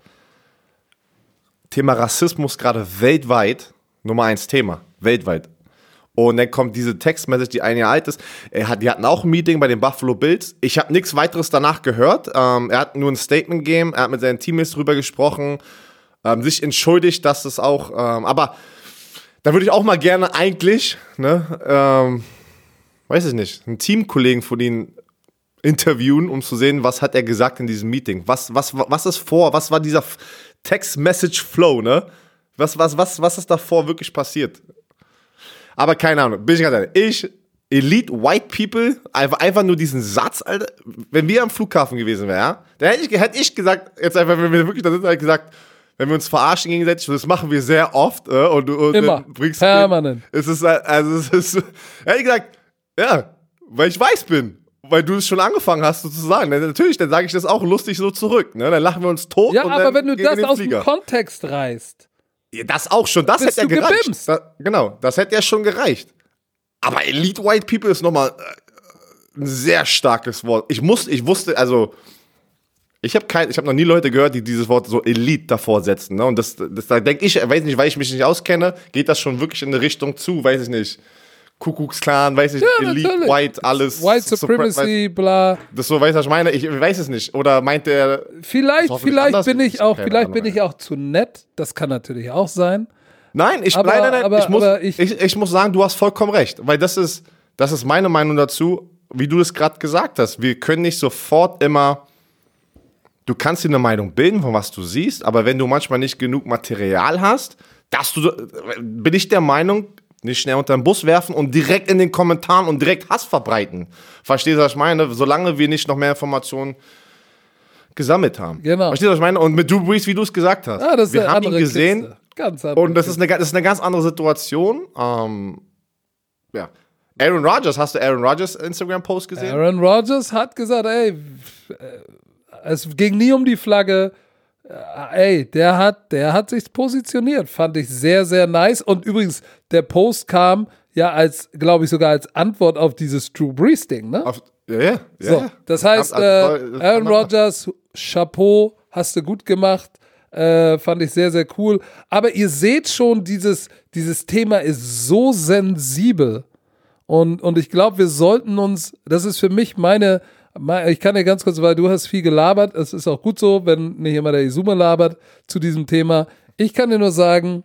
Thema Rassismus gerade weltweit, Nummer eins Thema, weltweit. Und dann kommt diese Textmessage, die ein Jahr alt ist. Er hat, die hatten auch ein Meeting bei den Buffalo Bills. Ich habe nichts weiteres danach gehört. Ähm, er hat nur ein Statement gegeben. Er hat mit seinen Teammates drüber gesprochen, ähm, sich entschuldigt, dass es auch. Ähm, aber da würde ich auch mal gerne eigentlich, ne, ähm, weiß ich nicht, einen Teamkollegen von ihnen interviewen, um zu sehen, was hat er gesagt in diesem Meeting. Was, was, was ist vor? Was war dieser Text-Message-Flow, ne? Was, was, was, was ist davor wirklich passiert? Aber keine Ahnung, bin ich ganz ehrlich. Ich, Elite White People, einfach, einfach nur diesen Satz, Alter, wenn wir am Flughafen gewesen wären, ja, dann hätte ich, hätte ich gesagt, jetzt einfach, wenn wir wirklich da sind, hätte ich gesagt, wenn wir uns verarschen gegenseitig, das machen wir sehr oft, äh, und du und, Immer, bringst permanent. Es ist, also, es ist, hätte ich gesagt, ja, weil ich weiß bin, weil du es schon angefangen hast, so zu sagen. Dann, natürlich, dann sage ich das auch lustig so zurück, ne, dann lachen wir uns tot. Ja, und aber dann wenn du gehen wir das in den aus Flieger. dem Kontext reißt. Ja, das auch schon, das Bist hätte ja du gereicht. gebimst? Da, genau, das hätte ja schon gereicht. Aber Elite White People ist nochmal äh, ein sehr starkes Wort. Ich muss, ich wusste, also ich habe kein, ich habe noch nie Leute gehört, die dieses Wort so Elite davor setzen. Ne? Und das, das da denke ich, weiß nicht, weil ich mich nicht auskenne, geht das schon wirklich in eine Richtung zu, weiß ich nicht. Kuckucksklan, weiß ich, Ja, Elite, natürlich. White, alles. White Supremacy, bla. Das so, weißt du, was ich meine? Ich weiß es nicht. Oder meint der. Vielleicht, hoffentlich vielleicht anders? bin ich auch, Keine vielleicht Ahnung, bin ich auch zu nett. Das kann natürlich auch sein. Nein, ich, Aber- nein, nein, nein, aber- ich, muss, aber ich, ich- ich, muss sagen, du hast vollkommen recht. Weil das ist, das ist meine Meinung dazu, wie du es gerade gesagt hast. Wir können nicht sofort immer. Du kannst dir eine Meinung bilden, von was du siehst, aber wenn du manchmal nicht genug Material hast, dass du, bin ich der Meinung, nicht schnell unter den Bus werfen und direkt in den Kommentaren und direkt Hass verbreiten. Verstehst du, was ich meine? Solange wir nicht noch mehr Informationen gesammelt haben. Genau. Verstehst du, was ich meine? Und mit Drew Brees, wie du es gesagt hast. Ah, das ist wir eine haben ihn andere gesehen. Kiste. Ganz andere Und das ist, eine, das ist eine ganz andere Situation. Ähm, ja. Aaron Rodgers, hast du Aaron Rodgers Instagram-Post gesehen? Aaron Rodgers hat gesagt, ey, äh, es ging nie um die Flagge. Äh, Ey, der hat, der hat sich positioniert. Fand ich sehr, sehr nice. Und übrigens, der Post kam ja als, glaube ich, sogar als Antwort auf dieses Drew Brees-Ding, ne? Auf, ja, ja. So, ja. das heißt, Also, äh, das Aaron kann man- Rodgers, Chapeau, hast du gut gemacht. Äh, fand ich sehr, sehr cool. Aber ihr seht schon, dieses, dieses Thema ist so sensibel. Und, und ich glaube, wir sollten uns, das ist für mich meine, meine, ich kann dir ganz kurz, weil du hast viel gelabert, es ist auch gut so, wenn nicht immer der Izuma labert zu diesem Thema. Ich kann dir nur sagen,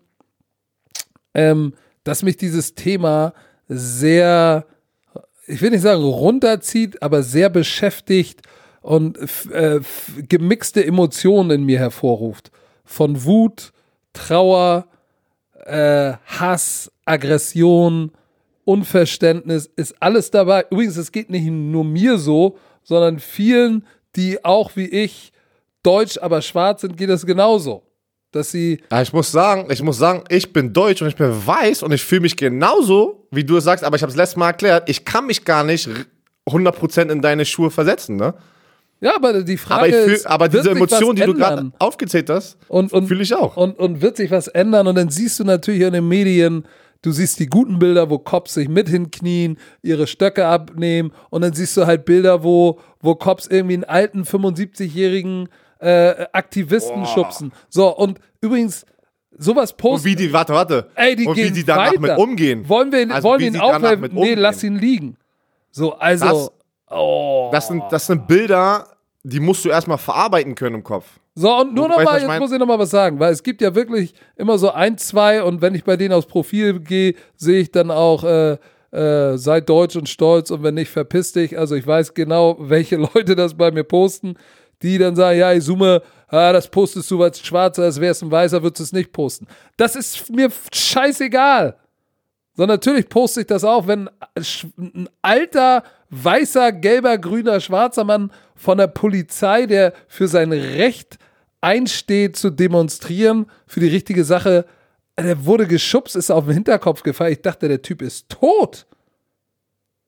ähm, dass mich dieses Thema sehr, ich will nicht sagen runterzieht, aber sehr beschäftigt und f- äh, f- gemixte Emotionen in mir hervorruft. Von Wut, Trauer, äh, Hass, Aggression, Unverständnis, ist alles dabei. Übrigens, es geht nicht nur mir so, sondern vielen, die auch wie ich deutsch, aber schwarz sind, geht das genauso. Dass sie, Ja, ich muss sagen, ich muss sagen, ich bin deutsch und ich bin weiß und ich fühle mich genauso, wie du es sagst, aber ich habe es letztes Mal erklärt, ich kann mich gar nicht hundert Prozent in deine Schuhe versetzen, ne? ja, aber die Frage Aber, ich fühl, ist, aber wird diese sich was Emotion, die du ändern? gerade aufgezählt hast, Und, und, fühle ich auch. Und, und wird sich was ändern und dann siehst du natürlich in den Medien, du siehst die guten Bilder, wo Cops sich mit hinknien, ihre Stöcke abnehmen und dann siehst du halt Bilder, wo, wo Cops irgendwie einen alten fünfundsiebzigjährigen äh, Aktivisten Boah. schubsen. So, und übrigens, sowas Und posten. wie die, warte, warte. Ey, die und gehen wie die danach weiter. mit umgehen. Wollen wir, ihn- Also wollen wie wir ihn sie danach aufhelfen? mit Nee, umgehen. lass ihn liegen. So, also, Das- oh. Das sind, das sind Bilder, die musst du erstmal verarbeiten können im Kopf. So, und nur Du noch weißt, mal, was ich jetzt mein? muss ich noch mal was sagen, weil es gibt ja wirklich immer so ein, zwei und wenn ich bei denen aufs Profil gehe, sehe ich dann auch, äh, äh, sei deutsch und stolz und wenn nicht, verpiss dich. Also ich weiß genau, welche Leute das bei mir posten, die dann sagen, ja, ich zoome, ah, das postest du als Schwarzer, als wär's ein Weißer, würdest du es nicht posten. Das ist mir scheißegal. So, natürlich poste ich das auch, wenn ein alter, weißer, gelber, grüner, schwarzer Mann von der Polizei, der für sein Recht einsteht, zu demonstrieren, für die richtige Sache, der wurde geschubst, ist auf den Hinterkopf gefallen. Ich dachte, der Typ ist tot.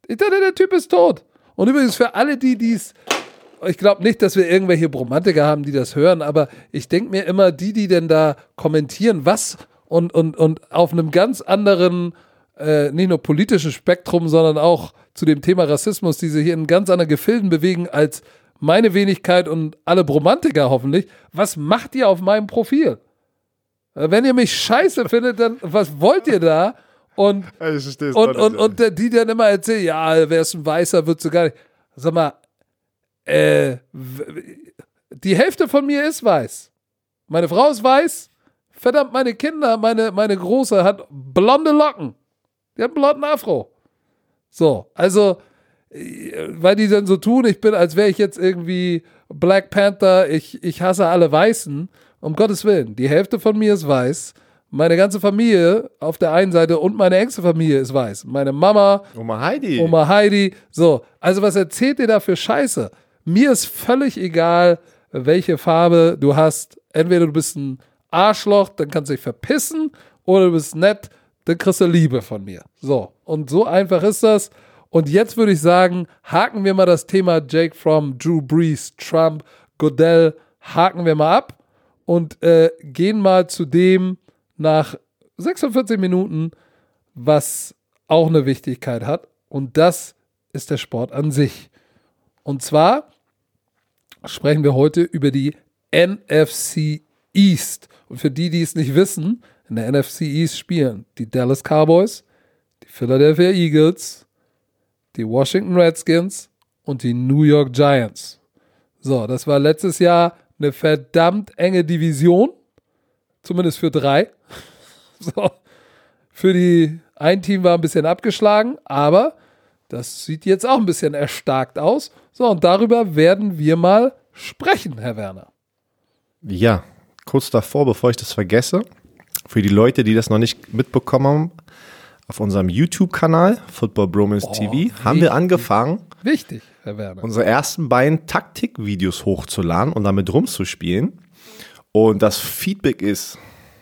Ich dachte, der Typ ist tot. Und übrigens für alle, die dies, ich glaube nicht, dass wir irgendwelche Bromantiker haben, die das hören, aber ich denke mir immer, die, die denn da kommentieren, was und, und, und auf einem ganz anderen, äh, nicht nur politischen Spektrum, sondern auch zu dem Thema Rassismus, die sich in ganz anderen Gefilden bewegen als meine Wenigkeit und alle Bromantiker hoffentlich. Was macht ihr auf meinem Profil? Wenn ihr mich scheiße findet, dann was wollt ihr da? Und, und, und, und, und die dann immer erzählen, ja, wer ist ein Weißer, wird so gar nicht. Sag mal, äh, die Hälfte von mir ist weiß. Meine Frau ist weiß. Verdammt, meine Kinder, meine, meine Große hat blonde Locken. Die hat einen blonden Afro. So, also, weil die dann so tun, ich bin, als wäre ich jetzt irgendwie Black Panther, ich, ich hasse alle Weißen. Um Gottes Willen, die Hälfte von mir ist weiß. Meine ganze Familie auf der einen Seite und meine engste Familie ist weiß. Meine Mama, Oma Heidi. Oma Heidi. So, also was erzählt ihr da für Scheiße? Mir ist völlig egal, welche Farbe du hast. Entweder du bist ein Arschloch, dann kannst du dich verpissen, oder du bist nett, dann kriegst du Liebe von mir. So, und so einfach ist das. Und jetzt würde ich sagen, haken wir mal das Thema Jake Fromm, Drew Brees, Trump, Goodell, haken wir mal ab. Und äh, gehen mal zu dem nach sechsundvierzig Minuten, was auch eine Wichtigkeit hat. Und das ist der Sport an sich. Und zwar sprechen wir heute über die N F C East. Und für die, die es nicht wissen, in der N F C East spielen die Dallas Cowboys, die Philadelphia Eagles, die Washington Redskins und die New York Giants. So, das war letztes Jahr eine verdammt enge Division, zumindest für drei. So. Für die, ein Team war ein bisschen abgeschlagen, aber das sieht jetzt auch ein bisschen erstarkt aus. So, und darüber werden wir mal sprechen, Herr Werner. Ja, kurz davor, bevor ich das vergesse, für die Leute, die das noch nicht mitbekommen haben, auf unserem YouTube-Kanal, Football Bromance Oh, T V, wichtig. haben wir angefangen, Wichtig, Herr Werner. unsere ersten beiden Taktikvideos hochzuladen und damit rumzuspielen. Und das Feedback ist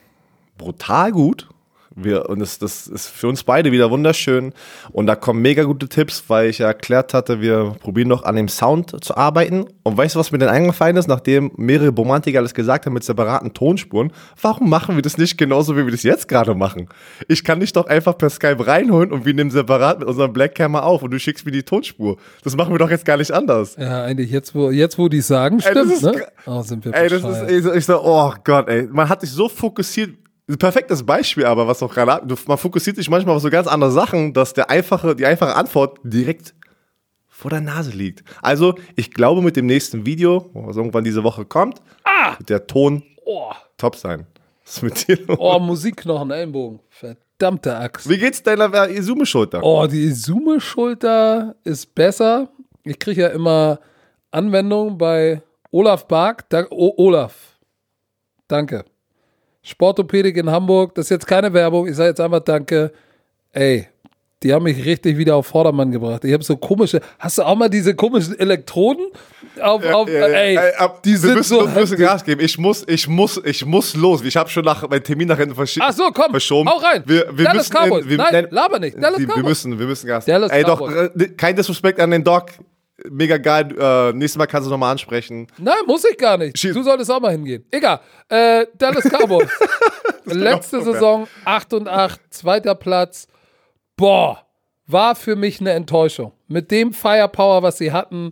brutal gut. Wir, und das, das ist für uns beide wieder wunderschön. Und da kommen mega gute Tipps, weil ich ja erklärt hatte, wir probieren noch an dem Sound zu arbeiten. Und weißt du, was mir denn eingefallen ist, nachdem mehrere Bromantiker alles gesagt haben mit separaten Tonspuren? Warum machen wir das nicht genauso, wie wir das jetzt gerade machen? Ich kann dich doch einfach per Skype reinholen und wir nehmen separat mit unserem Blackhammer auf und du schickst mir die Tonspur. Das machen wir doch jetzt gar nicht anders. Ja, eigentlich, jetzt wo, jetzt, wo die es sagen, Ey, stimmt, ist, ne? Oh, sind wir ey, das bescheuert. ist, ich, ich so, oh Gott, ey. Man hat sich so fokussiert. Ein perfektes Beispiel, aber was auch gerade, man fokussiert sich manchmal auf so ganz andere Sachen, dass der einfache, die einfache Antwort direkt vor der Nase liegt. Also, ich glaube, mit dem nächsten Video, was irgendwann diese Woche kommt, Ah! wird der Ton Oh, top sein. Was ist mit dir los? oh, Musikknochen, Ellenbogen. Verdammte Axt. Wie geht's deiner Izume-Schulter? Oh, die Izume-Schulter ist besser. Ich kriege ja immer Anwendung bei Olaf Bark. Da, oh, Olaf, danke. Sportopädik in Hamburg, das ist jetzt keine Werbung, ich sage jetzt einfach danke. Ey, die haben mich richtig wieder auf Vordermann gebracht. Ich habe so komische, hast du auch mal diese komischen Elektroden? Auf, Ja, auf, ja, ja, ey, ey, ab, die wir sind müssen, so wir müssen Gas geben. Ich muss, ich muss, ich muss los. Ich habe schon nach meinem Termin nach hinten verschi- Ach so, komm, verschoben. hau rein. Wir, wir Dallas müssen Cowboys. in, wir, Nein, laber nicht. Dallas die, wir Cowboys. müssen, wir müssen Gas Dallas Ey, doch, Cowboys. äh, kein Disrespect an den Doc. Mega geil. Äh, nächstes Mal kannst du nochmal ansprechen. Nein, muss ich gar nicht. Schieß. Du solltest auch mal hingehen. Egal. Äh, Dallas Cowboys. Letzte Saison acht und acht, zweiter Platz. Boah, war für mich eine Enttäuschung. Mit dem Firepower, was sie hatten,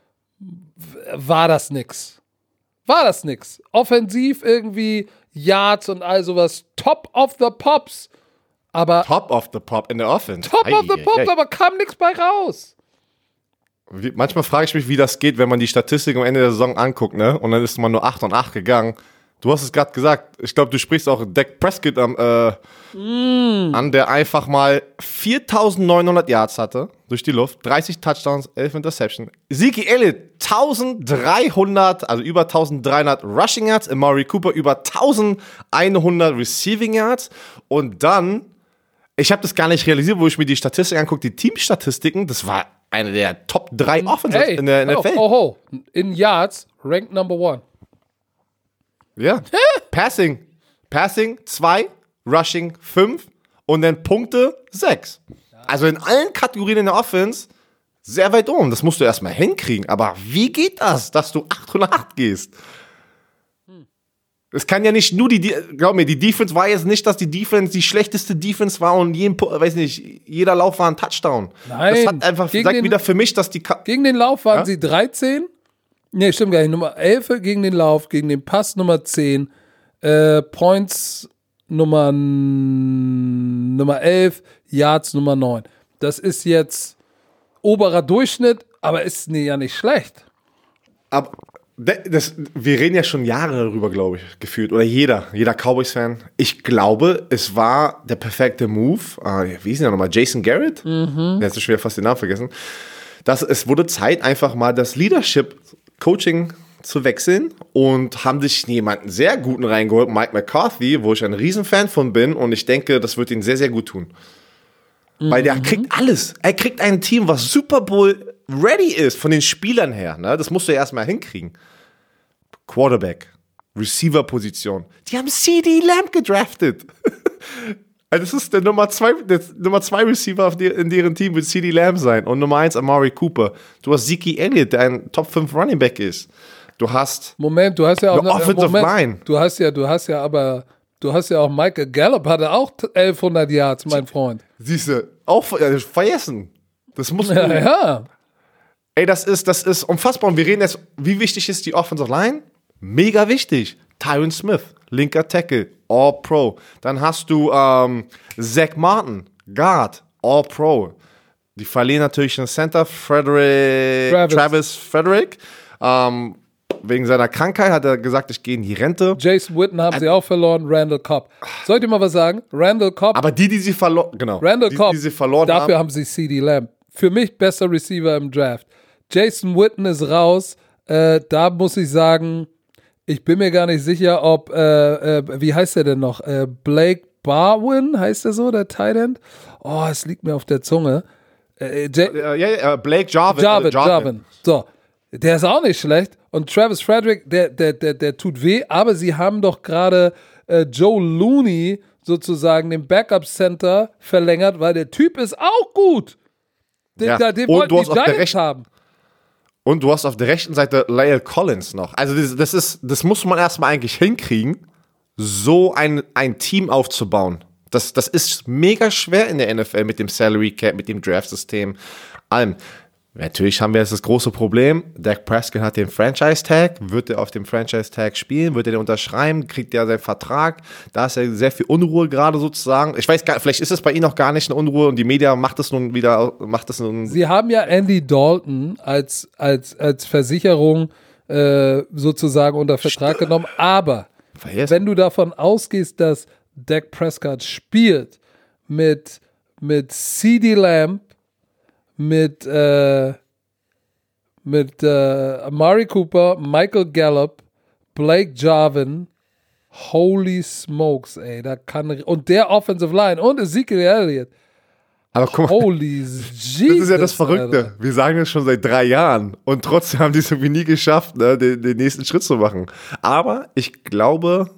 war das nix. War das nix. Offensiv irgendwie Yards und all sowas. Top of the Pops. Aber Top of the Pop in der Offense. Top Ei, of the ei, Pops, ei. aber kam nix bei raus. Wie, manchmal frage ich mich, wie das geht, wenn man die Statistik am Ende der Saison anguckt, ne? Und dann ist man nur acht und acht gegangen. Du hast es gerade gesagt, ich glaube, du sprichst auch Dak Prescott am, äh, mm. an, der einfach mal viertausendneunhundert Yards hatte durch die Luft, dreißig Touchdowns, elf Interceptions. Zeke Elliott eintausenddreihundert, also über eintausenddreihundert Rushing Yards, Amari Cooper über eintausendeinhundert Receiving Yards und dann, ich habe das gar nicht realisiert, wo ich mir die Statistik angucke, die Teamstatistiken, das war eine der Top drei Offenses Hey, in der N F L. oh, oh, oh. In Yards, ranked number one. Ja. Passing. Passing zwei, Rushing fünf und dann Punkte sechs. Also in allen Kategorien in der Offense sehr weit oben. Das musst du erstmal hinkriegen. Aber wie geht das, dass du acht und acht gehst? Es kann ja nicht nur die, glaub mir, die Defense war jetzt nicht, dass die Defense die schlechteste Defense war und jeden, weiß nicht, jeder Lauf war ein Touchdown. Nein. Das hat einfach, sagt den, wieder für mich, dass die... Ka- gegen den Lauf waren ja? sie dreizehn. Nee, stimmt gar nicht. Nummer elf gegen den Lauf, gegen den Pass Nummer zehn. Äh, Points Nummer, Nummer elf, Yards Nummer neun. Das ist jetzt oberer Durchschnitt, aber ist nee, ja nicht schlecht. Aber... Das, wir reden ja schon Jahre darüber, glaube ich, gefühlt. Oder jeder, jeder Cowboys-Fan. Ich glaube, es war der perfekte Move. Äh, wie hieß der nochmal? Jason Garrett? Mhm. Jetzt ist schon wieder fast den Namen vergessen. Dass es wurde Zeit, einfach mal das Leadership-Coaching zu wechseln und haben sich jemanden sehr guten reingeholt, Mike McCarthy, wo ich ein Riesenfan von bin und ich denke, das wird ihn sehr, sehr gut tun. Mhm. Weil der kriegt alles. Er kriegt ein Team, was Super Bowl ready ist, von den Spielern her. Ne? Das musst du ja erstmal hinkriegen. Quarterback, Receiver-Position. Die haben C D Lamb gedraftet. Also das ist der Nummer zwei, der Nummer zwei Receiver in deren Team wird C D Lamb sein. Und Nummer eins Amari Cooper. Du hast Zeke Elliott, der ein Top fünf Running Back ist. Du hast Moment, du hast ja auch eine Offensive Moment, Line. Du hast ja, du hast ja aber, du hast ja auch Michael Gallup, hatte auch elfhundert Yards, mein Freund. Siehst du, auch vergessen. Das muss ja, ja. Ey, das ist, das ist unfassbar. Und wir reden jetzt, wie wichtig ist die Offensive Line? Mega wichtig. Tyron Smith, linker Tackle, All-Pro. Dann hast du ähm, Zach Martin, Guard, All-Pro. Die verlieren natürlich einen Center, Frederick, Travis, Travis Frederick. Ähm, wegen seiner Krankheit hat er gesagt, ich gehe in die Rente. Jason Witten haben Ä- sie auch verloren, Randall Cobb. Soll ich dir mal was sagen? Randall Cobb. Aber die, die sie verloren, genau. Randall die, Cobb, die sie verloren dafür haben, haben sie C D Lamb. Für mich bester Receiver im Draft. Jason Witten ist raus. Äh, da muss ich sagen, ich bin mir gar nicht sicher, ob, äh, äh, wie heißt der denn noch? Äh, Blake Barwin, heißt der so, der Tight End? Oh, es liegt mir auf der Zunge. Äh, J- ja, ja, Blake Jarvin. Jarvin, Jarvin. So, der ist auch nicht schlecht. Und Travis Frederick, der, der, der, der tut weh, aber sie haben doch gerade äh, Joe Looney sozusagen den Backup-Center verlängert, weil der Typ ist auch gut. Den, ja. da, den Und wollten du hast die auf der Giants haben. Und du hast auf der rechten Seite La'el Collins noch. Also das, das, ist, das muss man erstmal eigentlich hinkriegen, so ein, ein Team aufzubauen. Das, das ist mega schwer in der N F L mit dem Salary Cap, mit dem Draft-System, allem. Natürlich haben wir jetzt das große Problem, Dak Prescott hat den Franchise-Tag, wird er auf dem Franchise-Tag spielen, wird er den unterschreiben, kriegt er seinen Vertrag, da ist ja sehr viel Unruhe gerade sozusagen. Ich weiß gar nicht, vielleicht ist es bei ihm noch gar nicht eine Unruhe und die Media macht es nun wieder, macht es nun... Sie haben ja Andy Dalton als, als, als Versicherung äh, sozusagen unter Vertrag St- genommen, aber Vergessen. Wenn du davon ausgehst, dass Dak Prescott spielt mit, mit C D Lamb, mit, äh, mit äh, Amari Cooper, Michael Gallup, Blake Jarvin, holy smokes, ey, da kann, und der Offensive Line und Ezekiel Elliott. Aber guck mal, holy Jesus, das ist ja das Verrückte. Alter. Wir sagen das schon seit drei Jahren und trotzdem haben die es irgendwie nie geschafft, ne, den, den nächsten Schritt zu machen. Aber ich glaube,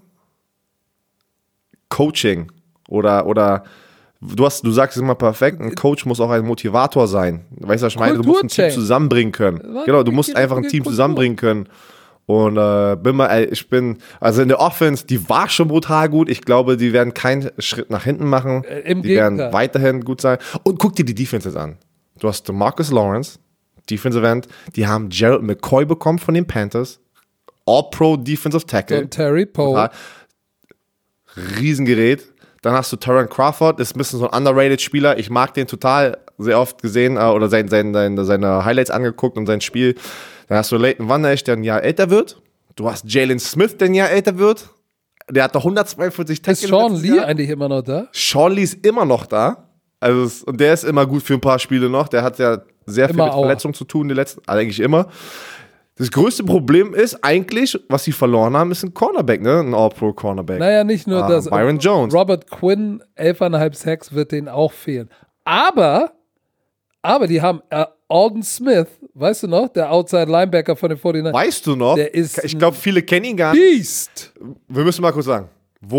Coaching oder, oder Du, hast, du sagst es immer perfekt, ein Coach muss auch ein Motivator sein. Weißt du, was ich meine? Du musst ein Team zusammenbringen können. Genau, du musst einfach ein Team zusammenbringen können. Und äh, bin mal, ich bin, also in der Offense, die war schon brutal gut. Ich glaube, die werden keinen Schritt nach hinten machen. Äh, Im die Gegenteil. werden weiterhin gut sein. Und guck dir die Defenses an. Du hast Marcus Lawrence, Defensive End. Die haben Gerald McCoy bekommen von den Panthers. All-Pro Defensive Tackle. Und Terry Poe. Riesengerät. Dann hast du Tyron Crawford, ist ein bisschen so ein underrated Spieler. Ich mag den total, sehr oft gesehen äh, oder sein, sein, sein, seine Highlights angeguckt und sein Spiel. Dann hast du Leighton Vander Esch, der ein Jahr älter wird. Du hast Jalen Smith, der ein Jahr älter wird. Der hat noch hundertzweiundvierzig Tackles. Ist Sean Lee Jahr. Eigentlich immer noch da? Sean Lee ist immer noch da. Also es, und der ist immer gut für ein paar Spiele noch. Der hat ja sehr immer viel mit auch. Verletzungen zu tun, die letzten, also eigentlich immer. Das größte Problem ist eigentlich, was sie verloren haben, ist ein Cornerback, ne? Ein All-Pro-Cornerback. Naja, nicht nur ah, das. Byron Jones. Robert Quinn, elf Komma fünf Sacks wird denen auch fehlen. Aber, aber die haben äh, Alden Smith, weißt du noch? Der Outside-Linebacker von den forty-niners. Weißt du noch? Der ist ich glaube, viele kennen ihn gar nicht. Beast. Wir müssen mal kurz sagen, wo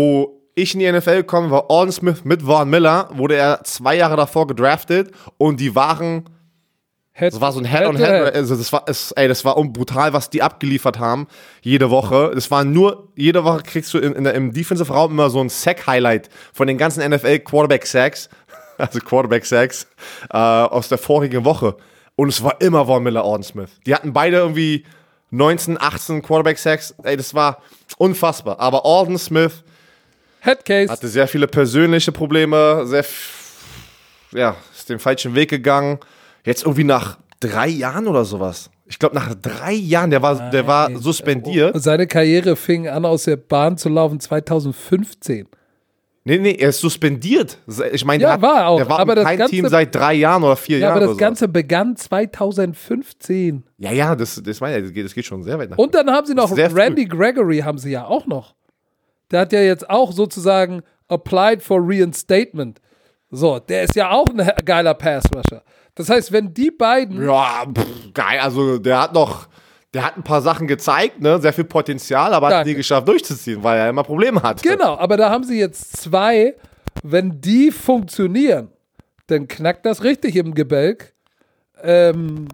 ich in die N F L gekommen, war Alden Smith mit Von Miller, wurde er zwei Jahre davor gedraftet und die waren, Head, das war so ein Head-on-Head, also das war, es, ey, das war brutal, was die abgeliefert haben, jede Woche. Das war nur, jede Woche kriegst du in, in der, im Defensive-Raum immer so ein Sack-Highlight von den ganzen N F L-Quarterback-Sacks, also Quarterback-Sacks, äh, aus der vorigen Woche. Und es war immer Von Miller, Alden Smith. Die hatten beide irgendwie neunzehn, achtzehn Quarterback-Sacks, ey, das war unfassbar. Aber Alden Smith Headcase. hatte sehr viele persönliche Probleme, sehr, ja, ist den falschen Weg gegangen. Jetzt irgendwie nach drei Jahren oder sowas. Ich glaube, nach drei Jahren, der war, der war suspendiert. Seine Karriere fing an, aus der Bahn zu laufen zweitausendfünfzehn. Nee, nee, er ist suspendiert. Ich meine, ja, der, war auch, der war aber mit das kein Ganze, Team seit drei Jahren oder vier ja, Jahren. Aber das oder Ganze begann zweitausendfünfzehn. Ja, ja, das, das, meine, das, geht, das geht schon sehr weit nach. Und dann haben sie noch Randy früh. Gregory, haben sie ja auch noch. Der hat ja jetzt auch sozusagen applied for reinstatement. So, der ist ja auch ein geiler Pass-Rusher. Das heißt, wenn die beiden... Ja, pff, geil, also der hat noch... Der hat ein paar Sachen gezeigt, ne, sehr viel Potenzial, aber Danke. hat nie geschafft durchzuziehen, weil er immer Probleme hat. Genau, aber da haben sie jetzt zwei, wenn die funktionieren, dann knackt das richtig im Gebälk. Ähm,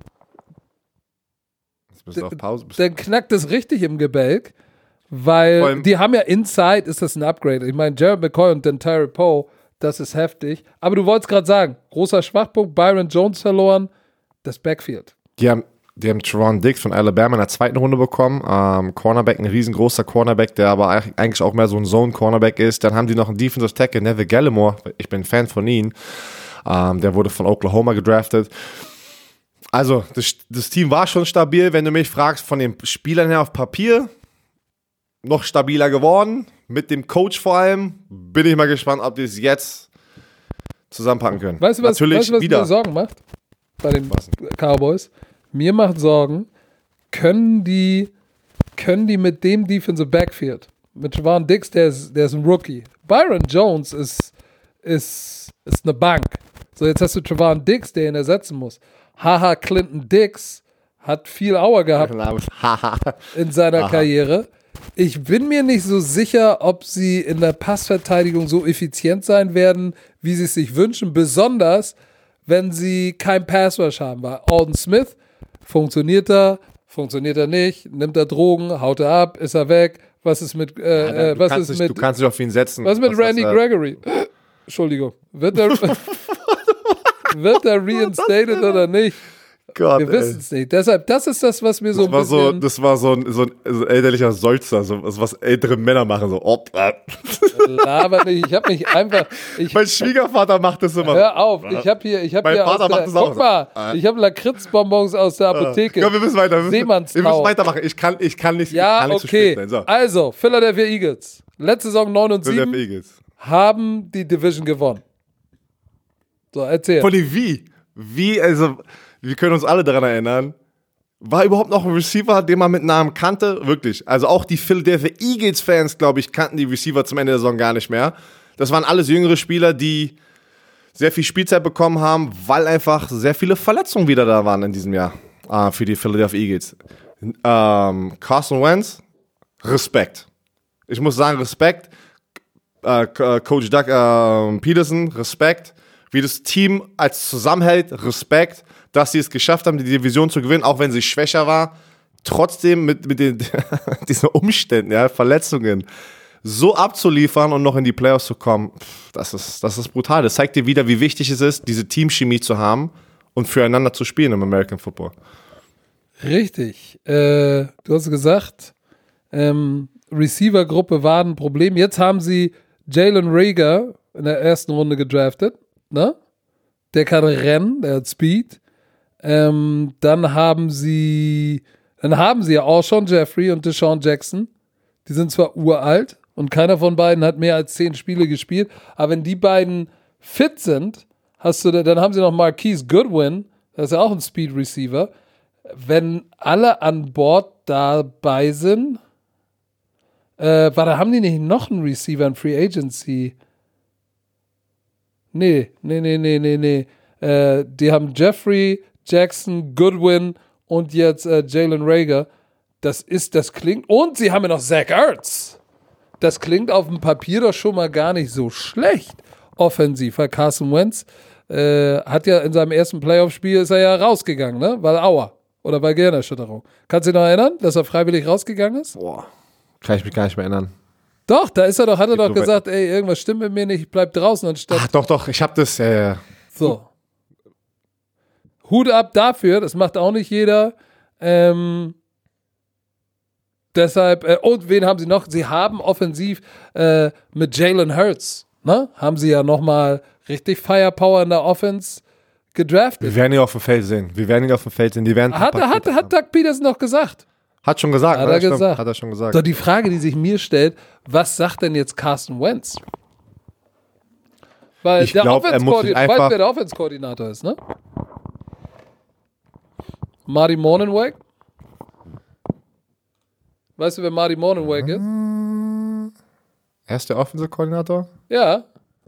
Jetzt bist du auf Pause. dann knackt es richtig im Gebälk, weil allem- die haben ja Inside, ist das ein Upgrade. Ich meine, Jared McCoy und dann Tyree Poe, das ist heftig. Aber du wolltest gerade sagen, großer Schwachpunkt, Byron Jones verloren, das Backfield. Die haben, die haben Trevon Diggs von Alabama in der zweiten Runde bekommen. Ähm, Cornerback, ein riesengroßer Cornerback, der aber eigentlich auch mehr so ein Zone-Cornerback ist. Dann haben die noch einen Defensive Tackle, Neville Gallimore. Ich bin Fan von ihm. Ähm, der wurde von Oklahoma gedraftet. Also, das, das Team war schon stabil, wenn du mich fragst, von den Spielern her auf Papier. Noch stabiler geworden. Mit dem Coach vor allem. Bin ich mal gespannt, ob die es jetzt zusammenpacken können. Weißt du, was, Natürlich weißt du, was wieder. mir Sorgen macht bei den Was? Cowboys? Mir macht Sorgen, können die, können die mit dem Defensive Backfield, mit Trevon Diggs, der ist, der ist ein Rookie. Byron Jones ist, ist, ist eine Bank. So, jetzt hast du Trevon Diggs, der ihn ersetzen muss. Haha, Clinton Diggs hat viel Auer gehabt in seiner Aha. Karriere. Ich bin mir nicht so sicher, ob sie in der Passverteidigung so effizient sein werden, wie sie es sich wünschen, besonders wenn sie kein Pass-Rush haben. Weil Alden Smith, funktioniert er, funktioniert er nicht, nimmt er Drogen, haut er ab, ist er weg, was ist mit, äh, Ja, äh, du, was kannst ist nicht, mit, du kannst dich auf ihn setzen. was mit Was Randy das, äh, Gregory? Entschuldigung, wird er, wird er reinstated oder nicht? Gott, Wir wissen es nicht. Deshalb, das ist das, was mir so Das ein war so, bisschen... das war so ein, so ein, so ein elterlicher Seufzer, so was, was ältere Männer machen, so. Oh, äh. Laber nicht. Ich habe mich einfach... Ich, Mein Schwiegervater macht das immer. hör auf. Ich habe hier... Ich hab Mein hier Vater aus der, macht das auch guck mal, so. ich habe Lakritzbonbons aus der Apotheke. Ja, wir müssen weiter. Wir müssen, Seemannstau. wir müssen weitermachen. Ich kann, ich kann nicht, ich Ja, kann nicht zu okay. spät sein. So. Also, Philadelphia Eagles. Letzte Saison neun und Philadelphia sieben Eagles. haben die Division gewonnen. So, erzähl. Von dem wie? Wie, also, wir können uns alle daran erinnern. War überhaupt noch ein Receiver, den man mit Namen kannte? Wirklich. Also auch die Philadelphia Eagles-Fans, glaube ich, kannten die Receiver zum Ende der Saison gar nicht mehr. Das waren alles jüngere Spieler, die sehr viel Spielzeit bekommen haben, weil einfach sehr viele Verletzungen wieder da waren in diesem Jahr äh, für die Philadelphia Eagles. Ähm, Carson Wentz, Respekt. Ich muss sagen, Respekt. Äh, Coach Doug äh, Peterson, Respekt. Wie das Team als zusammenhält, Respekt, dass sie es geschafft haben, die Division zu gewinnen, auch wenn sie schwächer war. Trotzdem mit, mit den, diesen Umständen, ja, Verletzungen, so abzuliefern und noch in die Playoffs zu kommen, das ist, das ist brutal. Das zeigt dir wieder, wie wichtig es ist, diese Teamchemie zu haben und füreinander zu spielen im American Football. Richtig. Äh, du hast gesagt, ähm, Receiver-Gruppe war ein Problem. Jetzt haben sie Jalen Reagor in der ersten Runde gedraftet. Ne? Der kann rennen, der hat Speed. Ähm, dann haben sie, dann haben sie ja auch schon Jeffrey und Deshaun Jackson. Die sind zwar uralt und keiner von beiden hat mehr als zehn Spiele gespielt, aber wenn die beiden fit sind, hast du, dann haben sie noch Marquise Goodwin, das ist ja auch ein Speed Receiver. Wenn alle an Bord dabei sind, äh, warte, haben die nicht noch einen Receiver in Free Agency? Nee, nee, nee, nee, nee, nee. Äh, die haben Jeffrey, Jackson, Goodwin und jetzt äh, Jalen Reagor. Das ist, das klingt. Und sie haben ja noch Zach Ertz. das klingt auf dem Papier doch schon mal gar nicht so schlecht offensiv, weil Carson Wentz äh, hat ja in seinem ersten Playoff-Spiel ist er ja rausgegangen, ne? Weil Aua oder bei Gehirnerschütterung. Kannst du dich noch erinnern, dass er freiwillig rausgegangen ist? Boah, kann ich mich gar nicht mehr erinnern. Doch, da ist er doch, hat er Geht doch so gesagt, ey, irgendwas stimmt mit mir nicht, ich bleib draußen anstatt. Ach doch, doch, ich hab das, ja, ja. So. Hut ab dafür, das macht auch nicht jeder. Ähm, deshalb, äh, und wen haben sie noch? Sie haben offensiv äh, mit Jalen Hurts, ne? Haben sie ja nochmal richtig Firepower in der Offense gedraftet. Wir werden ihn auf dem Feld sehen. Wir werden ihn auf dem Feld sehen. Die werden Hat, hat, hat Doug Peterson noch gesagt. Hat schon gesagt. Hat ne? er Stimmt, gesagt. Hat er schon gesagt. So, die Frage, die sich mir stellt, was sagt denn jetzt Carson Wentz? Weil Ich der glaub, er muss sich Offense-Koordinator, weißt du, einfach- wer der Offense-Koordinator ist, ne? Marty Mornhinweg. Weißt du, wer Marty Mornhinweg ist? Er ist der Offensive-Koordinator? Ja.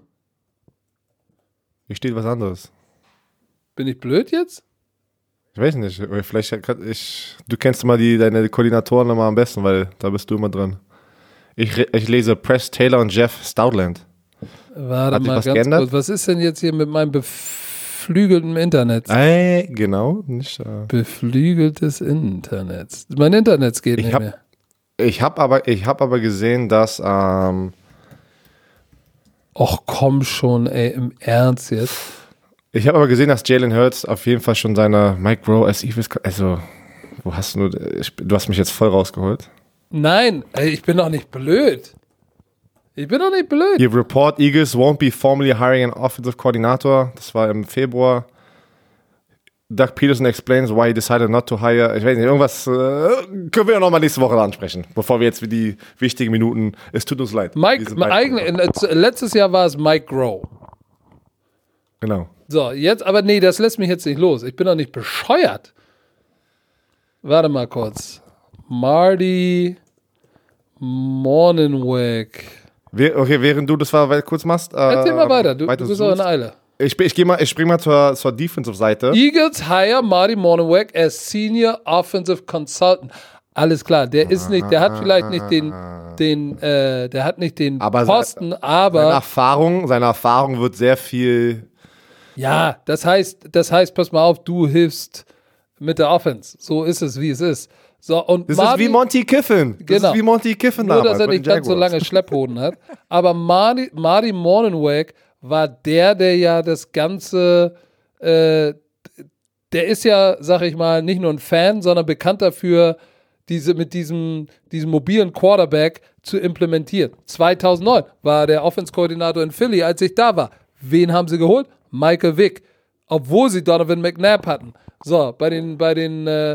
Hier steht was anderes. Bin ich blöd jetzt? Ich weiß nicht. Vielleicht kann ich. Du kennst immer die, deine Koordinatoren immer am besten, weil da bist du immer dran. Ich, re- ich lese Press Taylor und Jeff Stoutland. Warte Hat sich mal was ganz geändert? kurz. Was ist denn jetzt hier mit meinem beflügelten Internet? Ey, genau. Nicht, äh. Beflügeltes Internet. Mein Internet geht Ich nicht hab- mehr. Ich habe aber, ich hab aber gesehen, dass. Ähm, Och, komm schon, ey, im Ernst jetzt. ich habe aber gesehen, dass Jalen Hurts auf jeden Fall schon seine Mike Rowe als Eagles. Also, wo hast du. Ich, du hast mich jetzt voll rausgeholt. Nein, ey, ich bin doch nicht blöd. Ich bin doch nicht blöd. Hier report Eagles won't be formally hiring an offensive coordinator. Das war im Februar. Doug Peterson explains why he decided not to hire. Ich weiß nicht, irgendwas äh, können wir ja nochmal nächste Woche ansprechen, bevor wir jetzt für die wichtigen Minuten. Es tut uns leid. Mike, Diese Mike- eigentlich, in- letztes Jahr war es Mike Groh. Genau. So, jetzt, aber nee, das lässt mich jetzt nicht los. Ich bin doch nicht bescheuert. Warte mal kurz. Marty Mornhinweg. We- Okay, während du das war, weil- kurz machst. Äh, Erzähl mal weiter, du, weiter du bist auch in suchst. Eile. Ich, ich, geh mal, ich spring mal zur, zur Defensive-Seite. Eagles hire Marty Mornhinweg as Senior Offensive Consultant. Alles klar, der ist nicht, der hat vielleicht nicht den, den, äh, der hat nicht den Aber Posten, Seine aber Erfahrung, seine Erfahrung wird sehr viel. ja, das heißt, das heißt, pass mal auf, du hilfst mit der Offense. So ist es, wie es ist. So, und Das Marty, ist wie Monty Kiffin. Das Genau. ist wie Monty Kiffin nur, damals dass er bei nicht den ganz so Jaguars. lange Schlepphoden hat. Aber Marty, Marty Mornhinweg war der, der ja das Ganze, äh, der ist ja, sag ich mal, nicht nur ein Fan, sondern bekannt dafür, diese, mit diesem, diesem mobilen Quarterback zu implementieren. zweitausendneun war der Offense-Koordinator in Philly, als ich da war. Wen haben sie geholt? Michael Vick. Obwohl sie Donovan McNabb hatten. So, bei den, bei den, äh,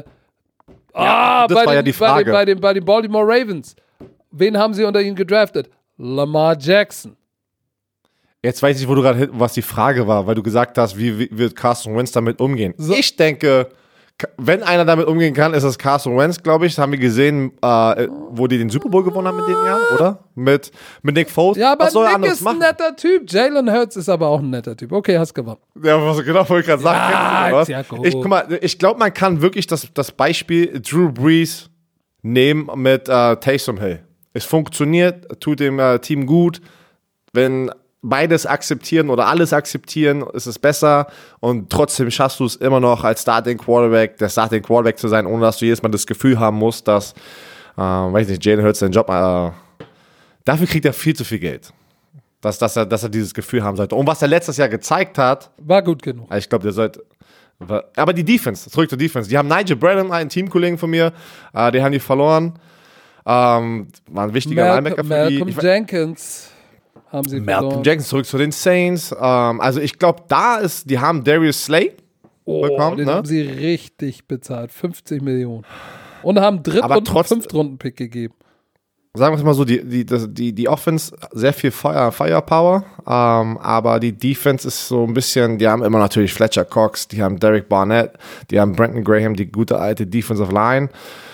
ah, das bei war den, ja die Bei Frage. den, bei, den, bei den Baltimore Ravens. Wen haben sie unter ihnen gedraftet? Lamar Jackson. Jetzt weiß ich, wo du gerade hin- was die Frage war, weil du gesagt hast, wie, wie wird Carson Wentz damit umgehen? So. Ich denke, ka- wenn einer damit umgehen kann, ist es Carson Wentz, glaube ich. Das haben wir gesehen, äh, wo die den Super Bowl gewonnen haben in dem Jahr, oder? Mit, mit Nick Foles. Ja, aber was soll er Nick anderes ist ein machen? netter Typ. Jalen Hurts ist aber auch ein netter Typ. Okay, hast gewonnen. Ja, was genau wollte ich gerade sagen. Ja, Kennst du was? ja, gut. ich guck mal, ich glaube, man kann wirklich das, das Beispiel Drew Brees nehmen mit äh, Taysom Hill. Es funktioniert, tut dem äh, Team gut. Wenn beides akzeptieren oder alles akzeptieren, ist es besser. Und trotzdem schaffst du es immer noch als Starting Quarterback, der Starting Quarterback zu sein, ohne dass du jedes Mal das Gefühl haben musst, dass, äh, weiß nicht, Jalen Hurts seinen Job, äh, dafür kriegt er viel zu viel Geld. Dass, dass, er, dass er dieses Gefühl haben sollte. Und was er letztes Jahr gezeigt hat, War gut genug. also ich glaube, der sollte. Aber die Defense, zurück zur Defense. Die haben Nigel Bradham, einen Teamkollegen von mir, äh, den haben die verloren. Ähm, war ein wichtiger Linebacker Malcolm, für die. Malcolm Ich, Jenkins haben sie Malcolm verloren. Jackson zurück zu den Saints. Ähm, also ich glaube, da ist, die haben Darius Slay Oh, bekommen, den ne? haben sie richtig bezahlt. fünfzig Millionen. Und haben Dritt- Aber und trotz- Fünftrunden-Pick gegeben. Sagen wir es mal so, die, die, das, die, die Offense sehr viel Fire, Firepower, ähm, aber die Defense ist so ein bisschen, die haben immer natürlich Fletcher Cox, die haben Derek Barnett, die haben Brenton Graham, die gute alte Defensive Line.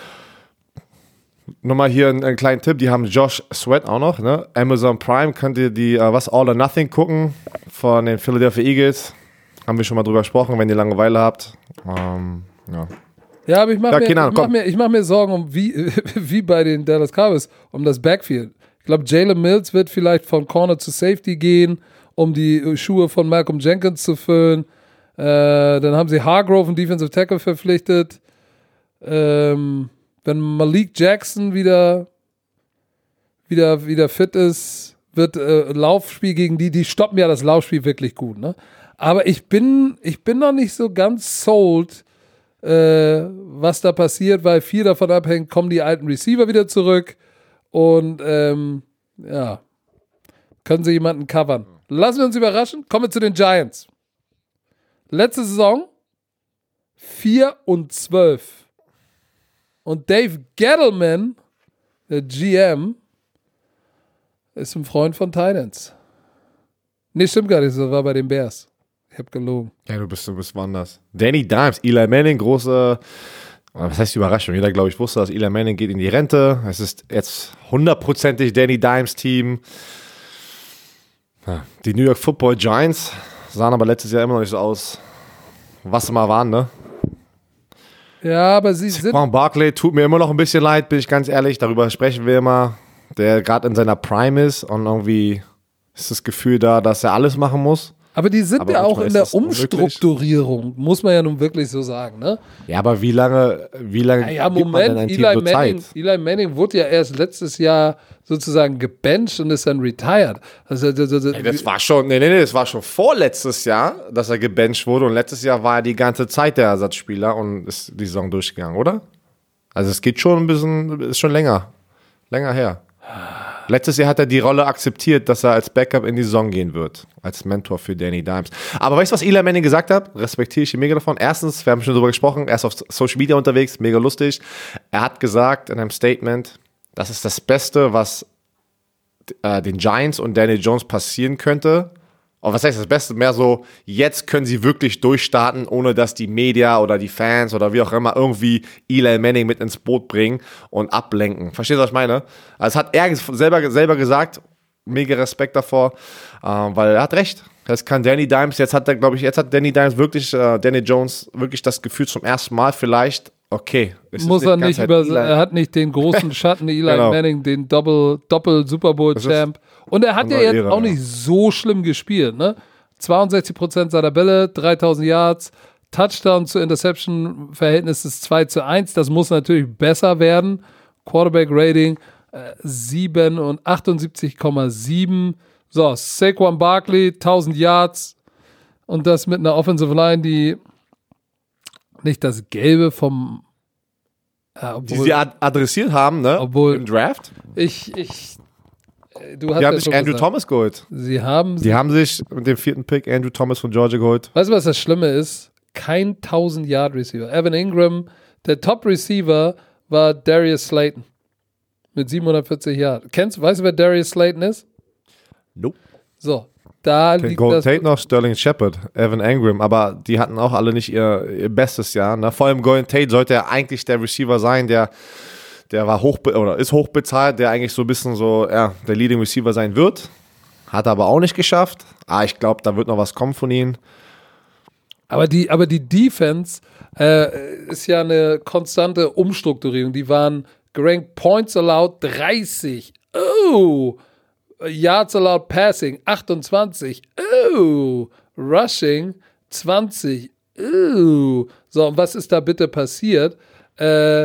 Nochmal hier einen, einen kleinen Tipp, die haben Josh Sweat auch noch, ne? Amazon Prime, könnt ihr die, uh, was, All or Nothing gucken von den Philadelphia Eagles. Haben wir schon mal drüber gesprochen, wenn ihr Langeweile habt. Ähm, ja. Ja, aber ich mache Ja, mir, keine Ahnung, ich mach komm. mir, ich mach mir Sorgen, um wie, wie bei den Dallas Cowboys, um das Backfield. Ich glaube, Jalen Mills wird vielleicht von Corner zu Safety gehen, um die Schuhe von Malcolm Jenkins zu füllen. Äh, dann haben sie Hargrove, einen Defensive Tackle, verpflichtet. Ähm, wenn Malik Jackson wieder, wieder, wieder fit ist, wird äh, Laufspiel gegen die, die stoppen ja das Laufspiel wirklich gut, ne? Aber ich bin, ich bin noch nicht so ganz sold, äh, was da passiert, weil viel davon abhängt, kommen die alten Receiver wieder zurück und ähm, ja, können sie jemanden covern. Lassen wir uns überraschen. Kommen wir zu den Giants. Letzte Saison vier und zwölf. Und Dave Gettleman, der G M, ist ein Freund von Titans. Nee, stimmt gar nicht, das war bei den Bears. Ich hab gelogen. Ja, du bist, du bist woanders. Danny Dimes, Eli Manning, große, was heißt Überraschung? Jeder, glaube ich, wusste, dass Eli Manning geht in die Rente. Es ist jetzt hundertprozentig Danny Dimes Team. Die New York Football Giants sahen aber letztes Jahr immer noch nicht so aus, was sie mal waren, ne? Ja, aber sie sind... Saquon Barkley tut mir immer noch ein bisschen leid, bin ich ganz ehrlich. Darüber sprechen wir immer. Der gerade in seiner Prime ist und irgendwie ist das Gefühl da, dass er alles machen muss. Aber die sind aber ja auch in der Umstrukturierung, unmöglich. Muss man ja nun wirklich so sagen, ne? Ja, aber wie lange, wie lange ja, ja, gibt Moment, man denn ein Eli Team so Manning, Zeit? Eli Manning wurde ja erst letztes Jahr sozusagen gebencht und ist dann retired. Also, also, also, Ey, das war schon, nee, nee, nee, das war schon vorletztes Jahr, dass er gebencht wurde und letztes Jahr war er die ganze Zeit der Ersatzspieler und ist die Saison durchgegangen, oder? Also es geht schon ein bisschen, ist schon länger, länger her. Letztes Jahr hat er die Rolle akzeptiert, dass er als Backup in die Saison gehen wird. Als Mentor für Danny Dimes. Aber weißt du, was Eli Manning gesagt hat? Respektiere ich ihn mega davon. Erstens, wir haben schon darüber gesprochen, er ist auf Social Media unterwegs, mega lustig. Er hat gesagt in einem Statement, das ist das Beste, was äh, den Giants und Daniel Jones passieren könnte. Und was heißt das Beste? Mehr so, jetzt können sie wirklich durchstarten, ohne dass die Media oder die Fans oder wie auch immer irgendwie Eli Manning mit ins Boot bringen und ablenken. Verstehst du, was ich meine? Also das hat er selber, selber gesagt, mega Respekt davor, äh, weil er hat recht. Das kann Danny Dimes, jetzt hat er, glaube ich, jetzt hat Danny Dimes wirklich, äh, Danny Jones wirklich das Gefühl zum ersten Mal vielleicht, okay. Muss er nicht über, er hat nicht den großen Schatten Eli genau. Manning, den Doppel, Doppel Super Bowl Champ. Und er hat ja jetzt Ehre, auch nicht so schlimm gespielt, ne? zweiundsechzig Prozent seiner Bälle, dreitausend Yards, Touchdown zu Interception-Verhältnis ist zwei zu eins. Das muss natürlich besser werden. Quarterback-Rating äh, sieben und achtundsiebzig Komma sieben. So, Saquon Barkley, tausend Yards. Und das mit einer Offensive Line, die nicht das Gelbe vom äh, obwohl, die sie ad- adressiert haben, ne? Obwohl, im Draft. Ich, ich Du hast die ja haben sich Andrew gesagt. Thomas geholt. Sie haben die haben sich mit dem vierten Pick Andrew Thomas von Georgia geholt. Weißt du, was das Schlimme ist? Kein tausend-Yard-Receiver. Evan Ingram, der Top-Receiver war Darius Slayton mit siebenhundertvierzig Yards. Kennst du, weißt du, wer Darius Slayton ist? Nope. So, da Ken liegt Golden das... Tate noch, Sterling Shepard, Evan Ingram, aber die hatten auch alle nicht ihr, ihr bestes Jahr. Ne? Vor allem Golden Tate sollte ja eigentlich der Receiver sein, der Der war hoch oder ist hochbezahlt, der eigentlich so ein bisschen so, ja, der Leading Receiver sein wird. Hat er aber auch nicht geschafft. Ah, ich glaube, da wird noch was kommen von ihm. Aber die, aber die Defense äh, ist ja eine konstante Umstrukturierung. Die waren gerankt Points allowed dreißig. Oh! Yards allowed passing achtundzwanzig. Oh! Rushing zwanzig. Oh! So, und was ist da bitte passiert? Äh,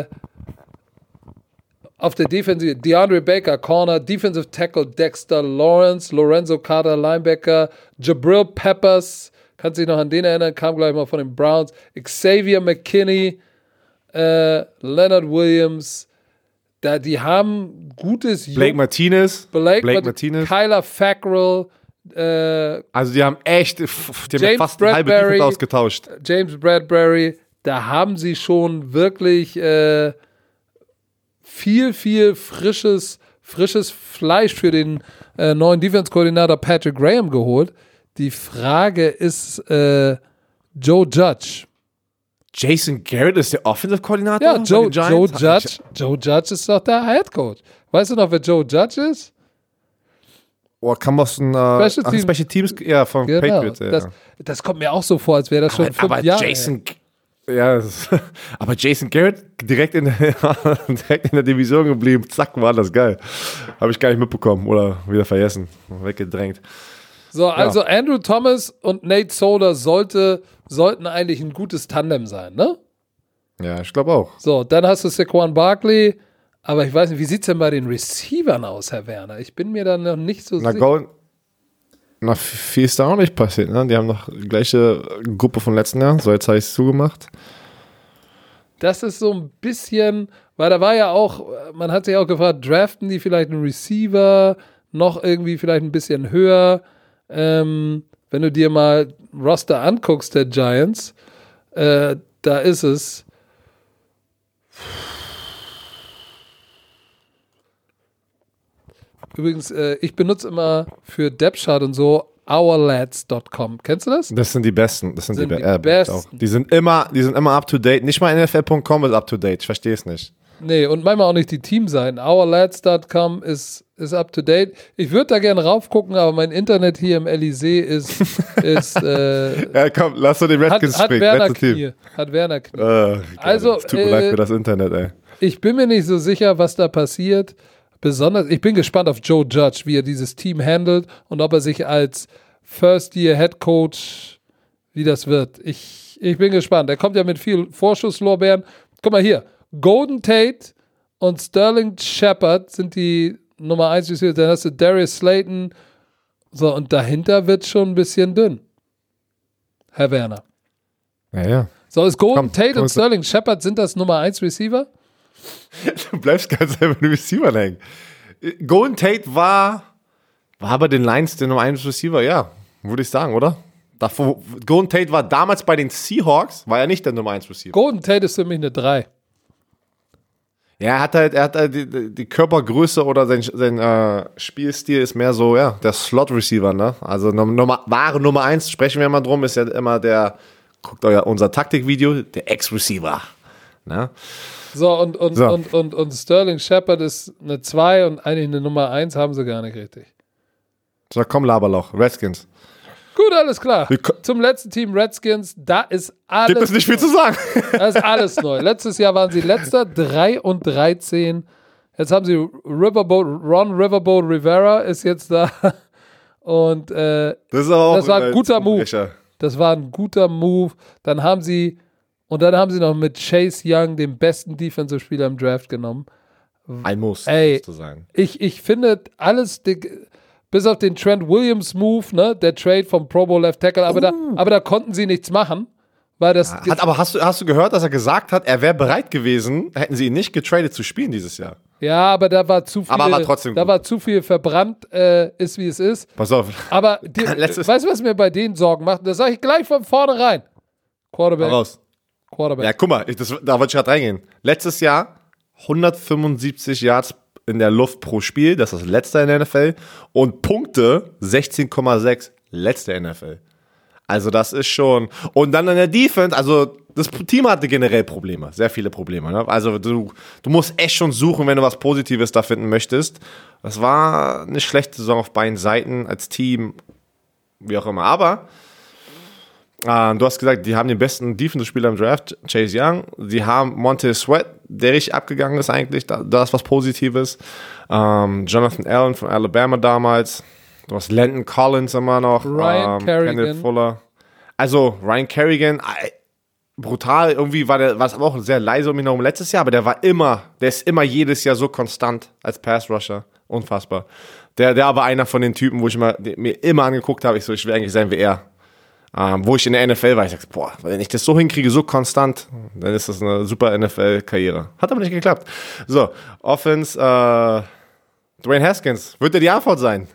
Auf der Defensive, DeAndre Baker, Corner, Defensive Tackle Dexter Lawrence, Lorenzo Carter, Linebacker, Jabril Peppers, kannst dich noch an den erinnern, kam gleich mal von den Browns, Xavier McKinney, äh, Leonard Williams, da, die haben gutes... Blake Jung- Martinez, Blake, Blake Mat- Martinez, Kyler Fackrell, äh, also die haben echt, die haben James fast eine halbe Bradbury, Defense ausgetauscht. James Bradbury, da haben sie schon wirklich... Äh, viel, viel frisches, frisches Fleisch für den äh, neuen Defense-Koordinator Patrick Graham geholt. Die Frage ist äh, Joe Judge. Jason Garrett ist der Offensive-Koordinator? Ja, Joe, Joe Judge. Joe Judge ist doch der Head-Coach. Weißt du noch, wer Joe Judge ist? Oh, kam aus den äh, Special, ach, Team. Special Teams, ja, von Genau, Patriots. Ja. Das, das kommt mir auch so vor, als wäre das schon aber, fünf aber Jahre Jason, her. Ja, ist, aber Jason Garrett direkt in, der, direkt in der Division geblieben. Zack, war das geil. Habe ich gar nicht mitbekommen oder wieder vergessen. Weggedrängt. So, also ja. Andrew Thomas und Nate Solder sollte, sollten eigentlich ein gutes Tandem sein, ne? Ja, ich glaube auch. So, dann hast du Saquon Barkley, aber ich weiß nicht, wie sieht es denn bei den Receivern aus, Herr Werner? Ich bin mir da noch nicht so Na, sicher. Golden, na, viel ist da auch nicht passiert, ne? Die haben noch die gleiche Gruppe von letzten Jahr, so jetzt habe ich es zugemacht. Das ist so ein bisschen, weil da war ja auch, man hat sich auch gefragt, draften die vielleicht einen Receiver noch irgendwie vielleicht ein bisschen höher? Ähm, wenn du dir mal Roster anguckst, der Giants, äh, da ist es übrigens, äh, ich benutze immer für Depth-Chart und so ourlads Punkt com. Kennst du das? Das sind die Besten. Das sind, sind die, die äh, Besten. Auch. Die sind immer, die sind immer up to date. Nicht mal N F L Punkt com ist up to date. Ich verstehe es nicht. Nee, und manchmal auch nicht die Teamseiten. ourlads Punkt com ist, ist up to date. Ich würde da gerne raufgucken, aber mein Internet hier im Elysée ist. ist äh, ja, komm, lass doch den Redskins hat, sprechen. Hat Werner Knie. Hat Werner Knie. Äh, also, tut mir äh, leid für das Internet, ey. Ich bin mir nicht so sicher, was da passiert. Besonders, ich bin gespannt auf Joe Judge, wie er dieses Team handelt und ob er sich als First-Year-Head-Coach, wie das wird. Ich, ich bin gespannt. Er kommt ja mit viel Vorschusslorbeeren. Guck mal hier. Golden Tate und Sterling Shepard sind die Nummer eins. Dann hast du Darius Slayton. So, und dahinter wird schon ein bisschen dünn. Herr Werner. Ja, ja. So, ist Golden Komm, Tate komm, und Sterling Shepard, sind das Nummer eins Receiver? Du bleibst ganz selber mit Receiver hängen. Golden Tate war, war bei den Lions der Nummer eins Receiver, ja, würde ich sagen, oder? Davor, Golden Tate war damals bei den Seahawks, war er nicht der Nummer eins Receiver. Golden Tate ist für mich eine drei. Ja, er hat halt, er hat halt die, die Körpergröße oder sein, sein äh, Spielstil ist mehr so, ja, der Slot-Receiver, ne? Also Nummer, wahre Nummer eins, sprechen wir mal drum, ist ja immer der, guckt euch unser Taktikvideo, der Ex-Receiver, ne? So, und, und, So. Und, und, und Sterling Shepard ist eine zwei und eigentlich eine Nummer eins haben sie gar nicht richtig. So, komm, Laberloch, Redskins. Gut, alles klar. Wir ko- Zum letzten Team Redskins, da ist alles Gibt es nicht viel neu. zu sagen. Da ist alles neu. Letztes Jahr waren sie letzter, drei und dreizehn. Jetzt haben sie Riverboat, Ron Riverboat Rivera ist jetzt da. Und äh, Das ist aber auch das war ein guter Move. Zubrecher. Das war ein guter Move. Dann haben sie, und dann haben sie noch mit Chase Young den besten Defensive-Spieler im Draft genommen. Ein Muss, Ey, zu sagen. Ich, ich finde alles, die, bis auf den Trent Williams Move, ne, der Trade vom Pro Bowl Left Tackle, aber, Uh. da, aber da konnten sie nichts machen, weil das. Hat, aber hast du, hast du gehört, dass er gesagt hat, er wäre bereit gewesen, hätten sie ihn nicht getradet zu spielen dieses Jahr? Ja, aber da war zu viel. Aber war trotzdem da gut. war zu viel verbrannt, äh, ist wie es ist. Pass auf. Aber die, Letztes- weißt du, was mir bei denen Sorgen macht? Das sage ich gleich von vornherein. Quarterback. Raus. Quarterback. Ja, guck mal, ich, das, da wollte ich gerade reingehen. Letztes Jahr hundertfünfundsiebzig Yards in der Luft pro Spiel, das ist das letzte in der N F L. Und Punkte sechzehn Komma sechs, letzte N F L. Also das ist schon. Und dann in der Defense, also das Team hatte generell Probleme, sehr viele Probleme. Ne? Also du, du musst echt schon suchen, wenn du was Positives da finden möchtest. Das war eine schlechte Saison auf beiden Seiten, als Team, wie auch immer. Aber äh, du hast gesagt, die haben den besten Defensive-Spieler im Draft, Chase Young. Sie haben Montez Sweat, der richtig abgegangen ist eigentlich, da, da ist was Positives. Ähm, Jonathan Allen von Alabama damals. Du hast Landon Collins immer noch. Ryan ähm, Kerrigan. Kenneth Fuller. Also Ryan Kerrigan, äh, brutal. Irgendwie war der, war es aber auch sehr leise um ihn herum letztes Jahr, aber der war immer, der ist immer jedes Jahr so konstant als Pass-Rusher. Unfassbar. Der, der aber einer von den Typen, wo ich mal, mir immer angeguckt habe, ich so, ich will eigentlich sein wie er. Ähm, wo ich in der N F L war, ich sag, boah, wenn ich das so hinkriege, so konstant, dann ist das eine super N F L-Karriere. Hat aber nicht geklappt. So, Offense, äh, Dwayne Haskins, wird er die Antwort sein?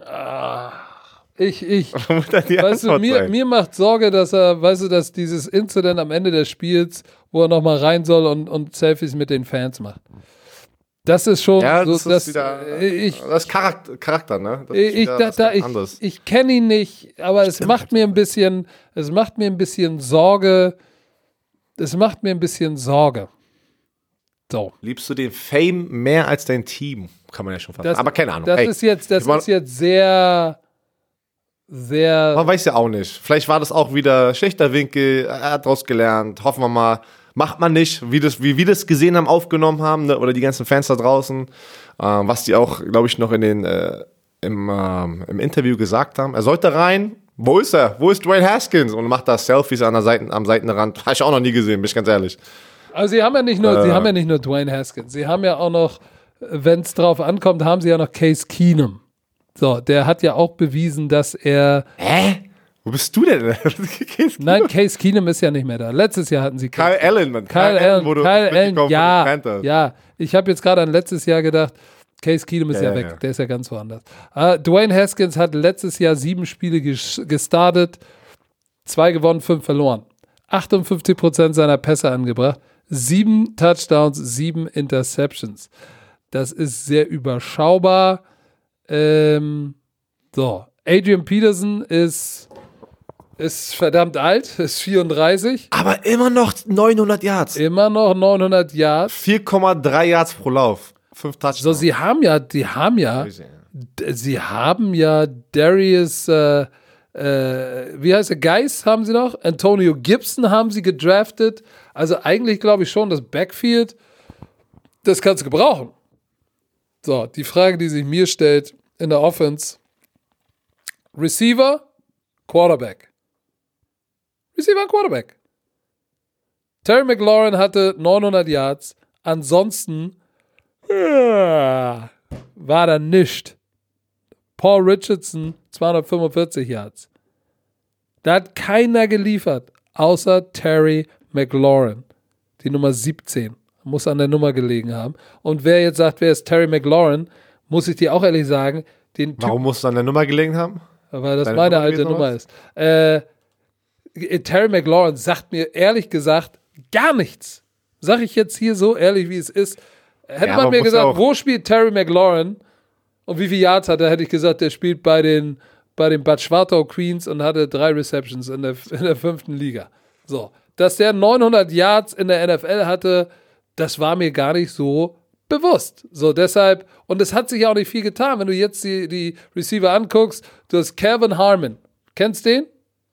Ich, ich, Wird er die weißt du, Antwort mir, sein? mir macht Sorge, dass er, weißt du, dass dieses Incident am Ende des Spiels, wo er nochmal rein soll und, und Selfies mit den Fans macht. Das ist schon Ja, so, das ist das, wieder, ich, das ist Charakter, Charakter, ne? Das ist ich, wieder da, was da, ganz ich, anderes. ich kenne ihn nicht, aber es macht mir ein bisschen, es macht mir ein bisschen Sorge, es macht mir ein bisschen Sorge. So. Liebst du den Fame mehr als dein Team? Kann man ja schon fast Das, sagen. Aber keine Ahnung. Das Ey, ist jetzt, das ich mein- ist jetzt sehr, sehr... Man weiß ja auch nicht. Vielleicht war das auch wieder schlechter Winkel, er hat daraus gelernt, hoffen wir mal. Macht man nicht, wie, das, wie wir das gesehen haben, aufgenommen haben, ne? Oder die ganzen Fans da draußen, äh, was die auch, glaube ich, noch in den, äh, im, äh, im Interview gesagt haben. Er sollte rein. Wo ist er? Wo ist Dwayne Haskins? Und macht da Selfies an der Seiten, am Seitenrand. Habe ich auch noch nie gesehen, bin ich ganz ehrlich. Also sie haben ja nicht nur, äh, sie haben ja nicht nur Dwayne Haskins, sie haben ja auch noch, wenn es drauf ankommt, haben sie ja noch Case Keenum. So, der hat ja auch bewiesen, dass er... Hä? Wo bist du denn? Nein, Case Keenum ist ja nicht mehr da. Letztes Jahr hatten sie Kyle Allen, Mann. Kyle, Kyle Allen, wurde Kyle Allen, ja, von ja. Ich habe jetzt gerade an letztes Jahr gedacht, Case Keenum ist ja, ja weg, ja. Der ist ja ganz woanders. Uh, Dwayne Haskins hat letztes Jahr sieben Spiele ges- gestartet, zwei gewonnen, fünf verloren. achtundfünfzig Prozent seiner Pässe angebracht, sieben Touchdowns, sieben Interceptions. Das ist sehr überschaubar. Ähm, so, Adrian Peterson ist... Ist verdammt alt, ist vierunddreißig. Aber immer noch neunhundert Yards. Immer noch neunhundert Yards. vier Komma drei Yards pro Lauf. Fünf Touchdowns. So, sie haben ja, die haben ja, d- sie haben ja Darius, äh, äh, wie heißt der, Geis haben sie noch? Antonio Gibson haben sie gedraftet. Also eigentlich glaube ich schon, das Backfield, das kannst du gebrauchen. So, die Frage, die sich mir stellt in der Offense: Receiver, Quarterback. Receiver und Quarterback. Terry McLaurin hatte neunhundert Yards. Ansonsten äh, war da nichts. Paul Richardson zweihundertfünfundvierzig Yards. Da hat keiner geliefert, außer Terry McLaurin. Die Nummer siebzehn. Muss an der Nummer gelegen haben. Und wer jetzt sagt, wer ist Terry McLaurin, muss ich dir auch ehrlich sagen, den Typ, warum muss es an der Nummer gelegen haben? weil das Deine meine Nummer alte gewesen Nummer oder ist. Äh, Terry McLaurin sagt mir ehrlich gesagt gar nichts. Sag ich jetzt hier so ehrlich, wie es ist. Hätte Ja, man aber mir muss gesagt, auch- wo spielt Terry McLaurin und wie viele Yards hat er, hätte ich gesagt, der spielt bei den, bei den Bad Schwartau Queens und hatte drei Receptions in der, in der fünften Liga. So, dass der neunhundert Yards in der N F L hatte, das war mir gar nicht so bewusst. So, deshalb, und es hat sich auch nicht viel getan. Wenn du jetzt die, die Receiver anguckst, du hast Calvin Harmon. Kennst du den?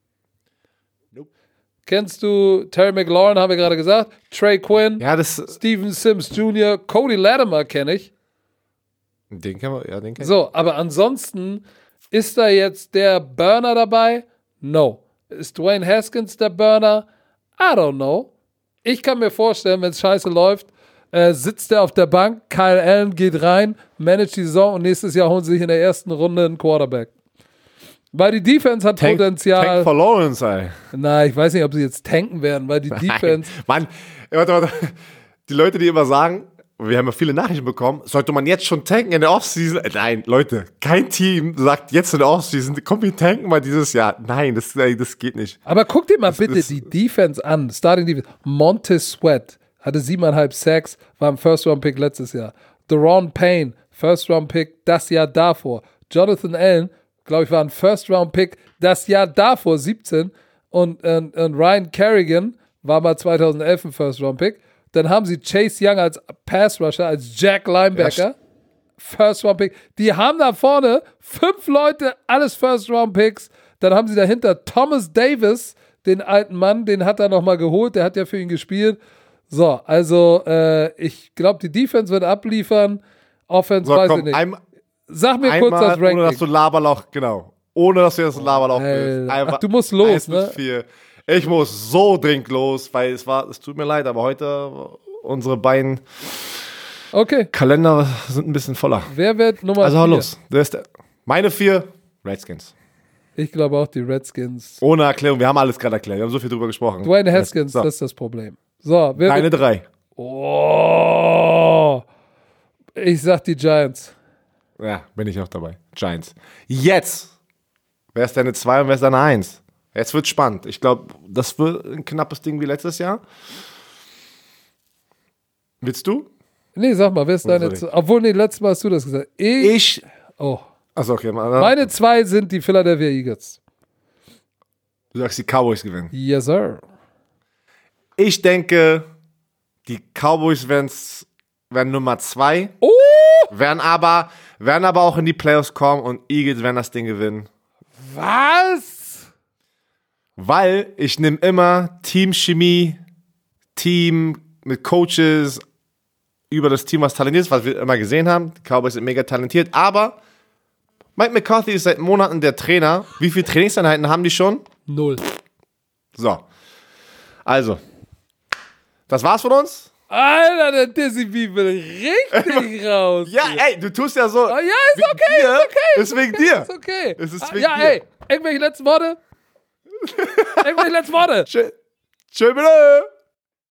Nope. Kennst du Terry McLaurin, haben wir gerade gesagt. Trey Quinn, Ja, das. Steven Sims Junior, Cody Latimer kenne ich. Den kennen wir, ja, den kennen So, aber ansonsten ist da jetzt der Burner dabei? No. Ist Dwayne Haskins der Burner? I don't know. Ich kann mir vorstellen, wenn es scheiße läuft, äh, sitzt er auf der Bank, Kyle Allen geht rein, managt die Saison und nächstes Jahr holen sie sich in der ersten Runde einen Quarterback. Weil die Defense hat Tank, Potenzial. Tank for Lawrence, ey. Na, ich weiß nicht, ob sie jetzt tanken werden, weil die Defense. Mann, warte, warte. Die Leute, die immer sagen, wir haben ja viele Nachrichten bekommen, sollte man jetzt schon tanken in der Offseason? Äh, Nein, Leute, kein Team sagt jetzt in der Offseason, komm, wir tanken mal dieses Jahr. Nein, das, das geht nicht. Aber guck dir mal Das bitte ist- die Defense an. Starting Defense. Montez Sweat hatte siebeneinhalb Sacks, war ein First-Round-Pick letztes Jahr. Deron Payne, First-Round-Pick das Jahr davor. Jonathan Allen, glaube ich, war ein First-Round-Pick das Jahr davor, siebzehn. Und, und, und Ryan Kerrigan war mal zweitausendelf ein First-Round-Pick. Dann haben sie Chase Young als Pass-Rusher, als Jack Linebacker. First-Round-Pick. Die haben da vorne fünf Leute, alles First-Round-Picks. Dann haben sie dahinter Thomas Davis, den alten Mann, den hat er nochmal geholt, der hat ja für ihn gespielt. So, also äh, ich glaube, die Defense wird abliefern. Offense So, weiß komm, ich nicht. ein, Sag mir kurz einmal, das Ranking. ohne dass du Laberloch, genau. Ohne dass du jetzt ein Laberloch Alter. willst. Einfach Ach, du musst los, eins bis ne? vier. Ich muss so dringend los, weil es war, es tut mir leid, aber heute unsere beiden Okay, Kalender sind ein bisschen voller. wer wird Nummer Also hau vier? los. Das ist der, meine vier Redskins. Ich glaube auch die Redskins. Ohne Erklärung, wir haben alles gerade erklärt. Wir haben so viel drüber gesprochen. Dwayne Haskins, So. das ist das Problem. So, wer Deine wird, drei. Oh, ich sag die Giants. Ja, bin ich auch dabei. Giants. Jetzt. Wer ist deine zwei und wer ist deine eins? Jetzt wird spannend. Ich glaube, das wird ein knappes Ding wie letztes Jahr. Willst du? Nee, sag mal, wer ist deine sorry. zwei? Obwohl, nee, letztes Mal hast du das gesagt. Ich, Ich. oh. Achso, okay. Mal, Meine zwei sind die Philadelphia Eagles. du sagst, die Cowboys gewinnen. Yes, sir. Ich denke, die Cowboys werden's- werden Nummer zwei, Oh, werden aber, werden aber auch in die Playoffs kommen und Eagles werden das Ding gewinnen. Was? Weil ich nehme immer Teamchemie, Team mit Coaches über das Team, was talentiert ist, was wir immer gesehen haben. Die Cowboys sind mega talentiert, aber Mike McCarthy ist seit Monaten der Trainer. Wie viele Trainingseinheiten haben die schon? Null. So. Also. Das war's von uns. Alter, der Dizzy Beef will richtig raus. Ja, ey, du tust ja so. Oh, ja, ist okay, dir, ist okay. Ist wegen dir. Ist okay. Es ist Ah, wegen ja, dir. ey, irgendwelche letzten Worte? irgendwelche letzten Worte? Tschö, tschö, bitte.